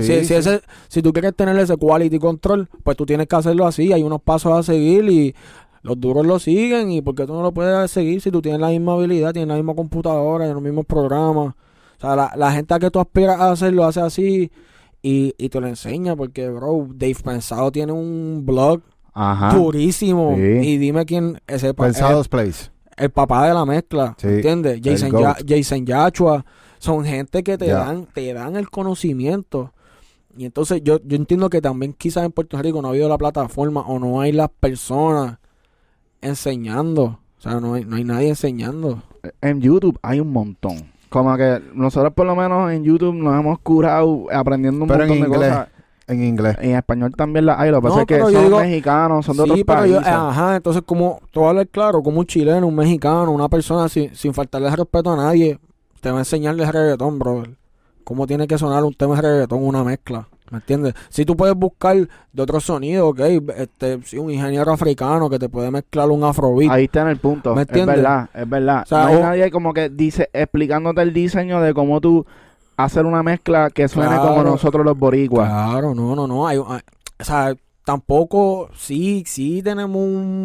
si tú quieres tener ese quality control, pues tú tienes que hacerlo así, hay unos pasos a seguir y los duros lo siguen y porque tú no lo puedes seguir si tú tienes la misma habilidad, tienes la misma computadora y los mismos programas. O sea, la gente a que tú aspiras a hacer lo hace así y te lo enseña porque, bro, Dave Pensado tiene un blog durísimo. Sí. Y dime quién ese Pensados Place. El papá de la mezcla, sí. ¿Entiendes? Jason Yachua. Son gente que te dan el conocimiento. Y entonces yo entiendo que también quizás en Puerto Rico no ha habido la plataforma o no hay las personas enseñando. O sea, no hay nadie enseñando. En YouTube hay un montón. Como que nosotros por lo menos en YouTube nos hemos curado aprendiendo un montón de cosas. En inglés. En español también las hay. Lo que pasa es que son mexicanos, son de otros países. Entonces, como te voy a hablar claro, como un chileno, un mexicano, una persona sin faltarle respeto a nadie, te va a enseñarle reggaetón, brother. Cómo tiene que sonar un tema de reggaetón, una mezcla. ¿Me entiendes? Si tú puedes buscar de otros sonidos, ok, un ingeniero africano que te puede mezclar un afrobeat. Ahí está en el punto. ¿Me entiendes? Es verdad. O sea, no hay nadie como que dice, explicándote el diseño de cómo tú hacer una mezcla que suene como nosotros los boricuas. Claro, no. O sea, tampoco, sí tenemos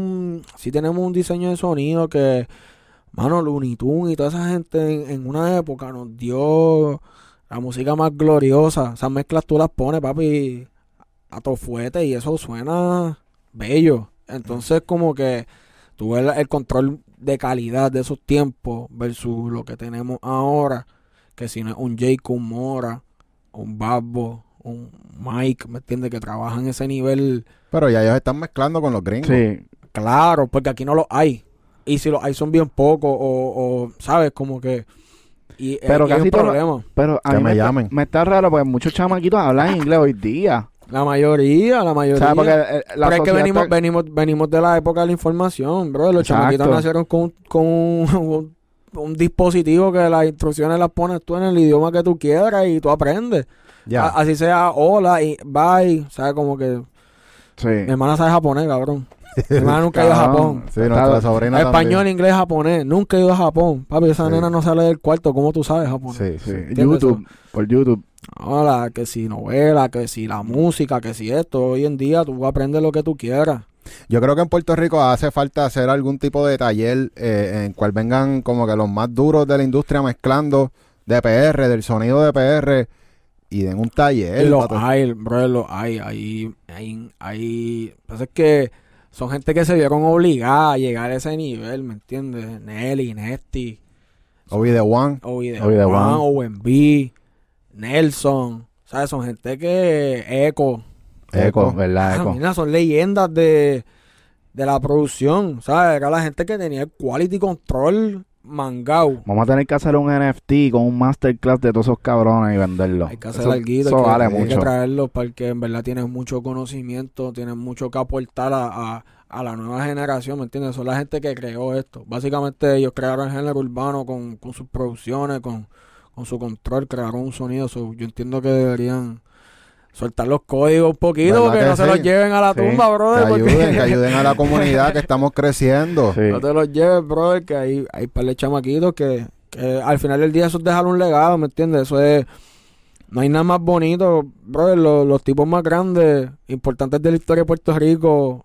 un diseño de sonido que, mano, Looney Tunes y toda esa gente en una época nos dio la música más gloriosa. Esas mezclas tú las pones, papi, a tu fuete y eso suena bello. Entonces, como que tú ves el control de calidad de esos tiempos versus lo que tenemos ahora. Que si no es un Jake, un Mora, un Babbo, un Mike, ¿me entiendes? Que trabajan en ese nivel. Pero ya ellos están mezclando con los gringos. Sí, claro, porque aquí no los hay. Y si los hay son bien pocos o ¿sabes? Como que... pero casi problema. Pero a mí me está raro porque muchos chamaquitos hablan inglés hoy día. La mayoría. O sea, porque pero es que venimos de la época de la información, bro. Los chamaquitos nacieron con un dispositivo que las instrucciones las pones tú en el idioma que tú quieras y tú aprendes. Así sea hola y bye. ¿Sabes? Como que... Sí. Mi hermana sabe japonés, cabrón. Mi hermana nunca ha ido a Japón. Sí, nuestra sobrina español, también. inglés, japonés. Nunca he ido a Japón. Papi, esa nena no sale del cuarto. ¿Cómo tú sabes japonés? Sí. YouTube. Por YouTube. Hola, que si novela, que si la música, que si esto. Hoy en día tú aprendes lo que tú quieras. Yo creo que en Puerto Rico hace falta hacer algún tipo de taller en cual vengan como que los más duros de la industria mezclando de PR, del sonido de PR, y den un taller. Y lo hay, bro, lo hay. Pues es que son gente que se vieron obligada a llegar a ese nivel, ¿me entiendes? Nelly, Nesty, Obi the One, OMB, Nelson, ¿sabes? Son gente que... Eco, ¿verdad? Eco. Mira, son leyendas de la producción, ¿sabes? Era la gente que tenía el quality control mangao. Vamos a tener que hacer un NFT con un masterclass de todos esos cabrones y venderlo. Hay que hacer algo, eso vale mucho. Hay que traerlo porque en verdad tienen mucho conocimiento, tienen mucho que aportar a la nueva generación, ¿me entiendes? Son la gente que creó esto. Básicamente ellos crearon el género urbano con sus producciones, con su control, crearon un sonido. Yo entiendo que deberían soltar los códigos un poquito, porque no se los lleven a la tumba, brother. Que ayuden a la comunidad que estamos creciendo. Sí. No te los lleves, brother, que hay par de chamaquitos que al final del día eso es dejar un legado, ¿me entiendes? Eso es... No hay nada más bonito, brother. Los tipos más grandes, importantes de la historia de Puerto Rico,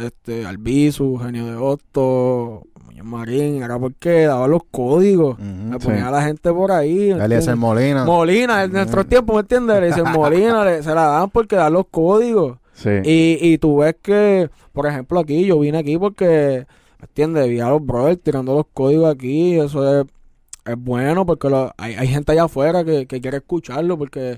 Albizu, Genio de Hosto, Muñoz Marín, era porque daban los códigos. Me ponía a la gente por ahí. Eliezer Molina, en nuestros tiempos, ¿me entiendes? Eliezer Molina, se la dan porque dan los códigos. Sí. Y tú ves que, por ejemplo, aquí, yo vine aquí porque, ¿me entiendes? Vi a los brothers tirando los códigos aquí. Eso es bueno porque hay gente allá afuera que quiere escucharlo porque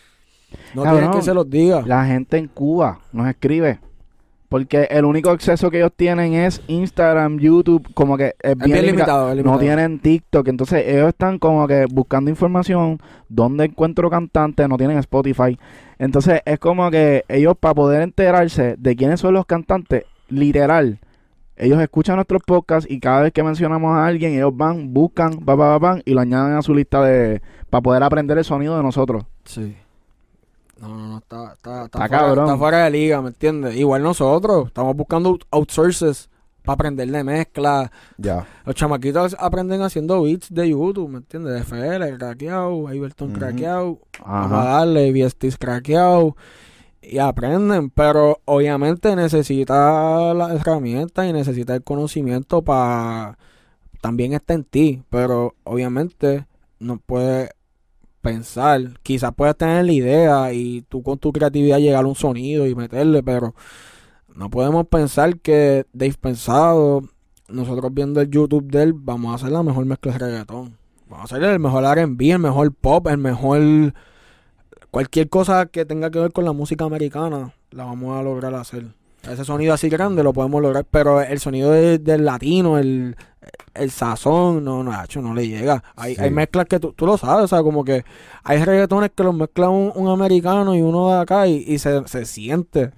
no tienen que se los diga. La gente en Cuba nos escribe. Porque el único acceso que ellos tienen es Instagram, YouTube, como que es bien limitado. No tienen TikTok, entonces ellos están como que buscando información, dónde encuentro cantantes, no tienen Spotify. Entonces es como que ellos, para poder enterarse de quiénes son los cantantes, literal, ellos escuchan nuestros podcasts y cada vez que mencionamos a alguien, ellos van, buscan, y lo añaden a su lista para poder aprender el sonido de nosotros. Sí. No, está cabrón. Está fuera de liga, ¿me entiendes? Igual nosotros estamos buscando outsources para aprender de mezcla. Ya. Los chamaquitos aprenden haciendo beats de YouTube, ¿me entiendes? De FL, craqueado, Iberton craqueado, vamos a darle, VSTs craqueado, y aprenden, pero obviamente necesita las herramientas y necesita el conocimiento para... También está en ti, pero obviamente no puedes pensar, quizás puedes tener la idea y tú con tu creatividad llegar a un sonido y meterle, pero no podemos pensar que Dave Pensado, nosotros viendo el YouTube de él, vamos a hacer la mejor mezcla de reggaetón, vamos a hacer el mejor R&B, el mejor pop, el mejor... Cualquier cosa que tenga que ver con la música americana, la vamos a lograr hacer. Ese sonido así grande lo podemos lograr, pero el sonido del latino, el sazón, no le llega. Hay mezclas que tú lo sabes, o sea, como que hay reggaetones que los mezcla un americano y uno de acá y se siente.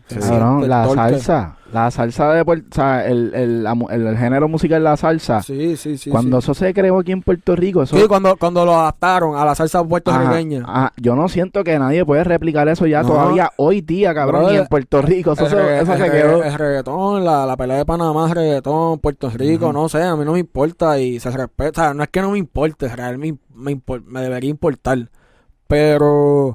La salsa de Puerto, o sea, el género musical de la salsa. Sí. Cuando eso se creó aquí en Puerto Rico, eso... Sí, cuando lo adaptaron a la salsa puertorriqueña. Yo no siento que nadie puede replicar eso ya todavía hoy día, cabrón, y en Puerto Rico. Eso se quedó. El reggaetón, la pelea de Panamá es reggaetón, Puerto Rico, no sé, a mí no me importa y se respeta. O sea, no es que no me importe, realmente me debería importar. Pero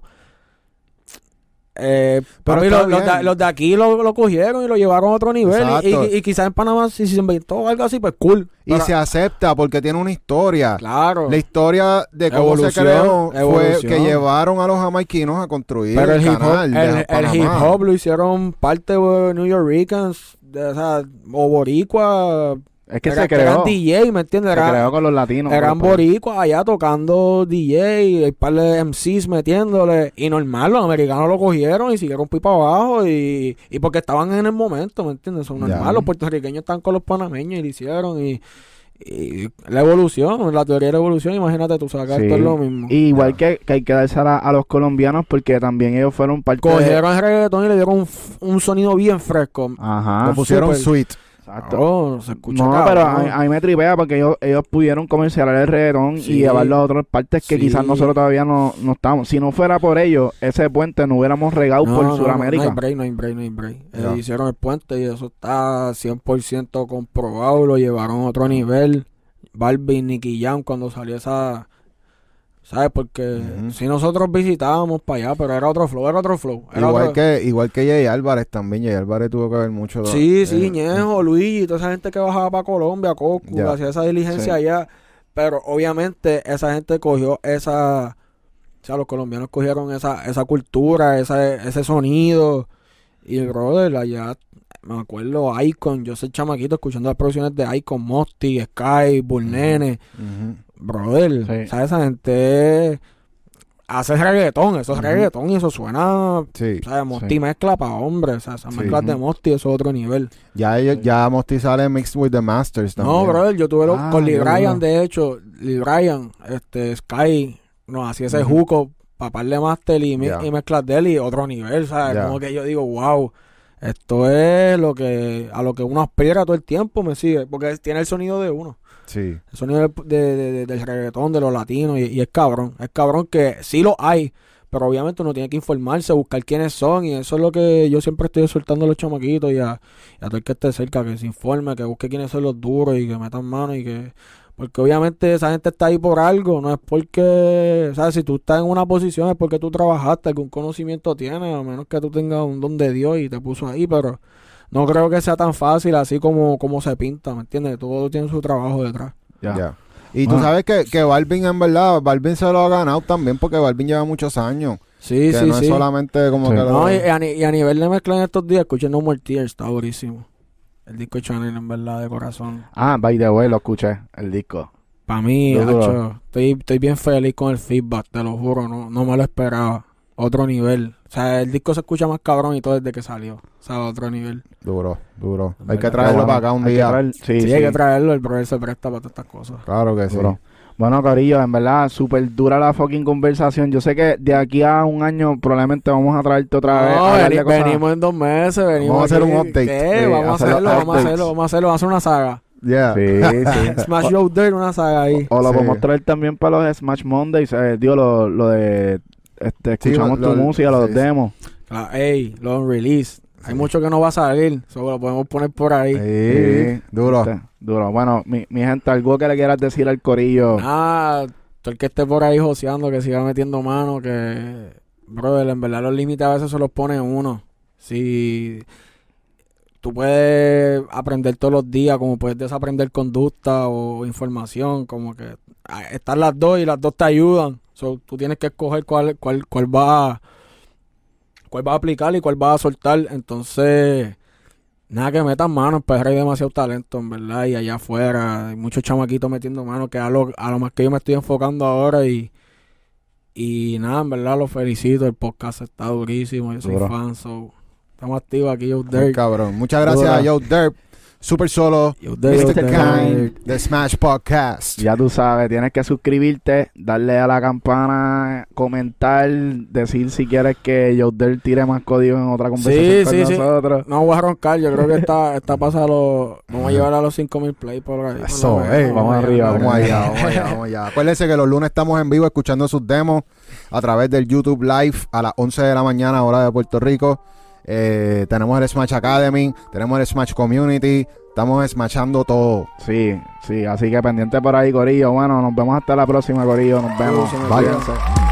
los de aquí lo cogieron y lo llevaron a otro nivel. Y quizás en Panamá si se inventó algo así, pues cool. Y se acepta porque tiene una historia. Claro. La historia de cómo se creó fue que llevaron a los jamaiquinos a construir el canal. El hip hop lo hicieron parte de New Yorkers, o boricua. Es que se creó. Eran DJ, ¿me entiendes? Se creó con los latinos. Eran boricuas allá tocando DJ, hay par de MCs metiéndole. Y normal, los americanos lo cogieron y siguieron para abajo. Y porque estaban en el momento, ¿me entiendes? Son normal, los puertorriqueños están con los panameños y lo hicieron. Y Y la evolución, la teoría de la evolución, imagínate tú sacas esto es lo mismo. Y igual que hay que darse a los colombianos porque también ellos fueron parte Cogieron el reggaetón y le dieron un sonido bien fresco. Ajá. Lo pusieron sweet. Exacto. No, se escucha pero a mí me tripea porque ellos pudieron comercializar el reggaetón y llevarlo a otras partes que quizás nosotros todavía no estamos. Si no fuera por ellos, ese puente no hubiéramos regado por Sudamérica. No hay break. Hicieron el puente y eso está 100% comprobado. Lo llevaron a otro nivel. Balvin, Nicky Jam, cuando salió esa... ¿Sabes? Porque si nosotros visitábamos para allá, pero era otro flow. Igual que Jay Álvarez también. Jay Álvarez tuvo que ver mucho. Sí, Ñejo, Luigi, toda esa gente que bajaba para Colombia, Coco, hacía esa diligencia allá. Pero obviamente esa gente cogió esa... O sea, los colombianos cogieron esa cultura, ese sonido. Y, brother, allá... Me acuerdo, Icon, yo soy chamaquito escuchando las producciones de Icon, Mosty, Sky, Bullnene. Brother, ¿sabes? Esa gente hace reggaetón, eso es reggaetón y eso suena, ¿sabes? Mosty mezcla para hombres, o sea, esas mezclas de Mosty, eso es otro nivel. Ya Mosty sale mixed with the Masters también. No, brother, yo tuve con Lee Bryan, de hecho, Lee Bryan, Sky, nos hacía ese juco para par de Master y mezclas de él y otro nivel, ¿sabes? Como que yo digo, wow. Esto es a lo que uno aspira todo el tiempo, me sigue, porque tiene el sonido de uno. Sí. El sonido del reggaetón, de los latinos, y es cabrón que sí lo hay, pero obviamente uno tiene que informarse, buscar quiénes son, y eso es lo que yo siempre estoy soltando a los chamaquitos y a todo el que esté cerca, que se informe, que busque quiénes son los duros y que metan mano y que... Porque obviamente esa gente está ahí por algo, no es porque, ¿sabes? Si tú estás en una posición es porque tú trabajaste, algún conocimiento tienes, a menos que tú tengas un don de Dios y te puso ahí, pero no creo que sea tan fácil así como se pinta, ¿me entiendes? Todo tiene su trabajo detrás. Ya. Y tú sabes que Balvin, en verdad, Balvin se lo ha ganado también porque Balvin lleva muchos años. Sí, que no es solamente como que... No, y a nivel de mezcla en estos días, escuché No More Tears, está durísimo. El disco de Chanel, en verdad, de corazón. By the way, lo escuché, el disco. Para mí, hacho, estoy bien feliz con el feedback, te lo juro, no me lo esperaba. Otro nivel. O sea, el disco se escucha más cabrón y todo desde que salió. O sea, otro nivel. Duro. Hay que traerlo para acá un día. Hay que traerlo, el brother se presta para todas estas cosas. Claro que duro. Sí. Bueno, Corillo, en verdad, súper dura la fucking conversación. Yo sé que de aquí a un año probablemente vamos a traerte otra vez. Venimos en 2 meses, vamos a hacer un update. ¿Qué? Vamos a hacerlo, vamos a hacer una saga. Yeah. Sí. Smash Yo Dirt, una saga ahí. O lo podemos traer también para los de Smash Mondays. Lo de... escuchamos tu música, los demos. Los release. Hay mucho que no va a salir, solo lo podemos poner por ahí. Sí, duro. Bueno, mi gente, algo que le quieras decir al corillo. Todo el que esté por ahí joseando, que siga metiendo mano, que, brother, en verdad los límites a veces se los pone uno. Si tú puedes aprender todos los días, como puedes desaprender conducta o información, como que están las dos y las dos te ayudan. Tú tienes que escoger cuál va a aplicar y cuál va a soltar. Entonces, nada, que metan manos, pues hay demasiado talento, en verdad, y allá afuera hay muchos chamaquitos metiendo manos, que a lo más que yo me estoy enfocando ahora, y nada, en verdad los felicito. El podcast está durísimo, yo soy fan, estamos activos aquí, Yo Dirt. Cabrón, muchas gracias a Yo Dirt. Super Solo, Mr. Kind, The Smash Podcast. Ya tú sabes, tienes que suscribirte, darle a la campana, comentar, decir si quieres que Yo Dirt tire más código en otra conversación con nosotros. No voy a roncar, yo creo que está pasado vamos a llevar a los 5,000 play por ahí. Eso, vamos arriba, vamos allá. Acuérdense que los lunes estamos en vivo escuchando sus demos a través del YouTube Live a las 11 de la mañana, hora de Puerto Rico. Tenemos el Smash Academy, tenemos el Smash Community, estamos smashando todo. Sí, así que pendiente por ahí, corillo. Bueno, nos vemos hasta la próxima, corillo. Nos vemos. Bye.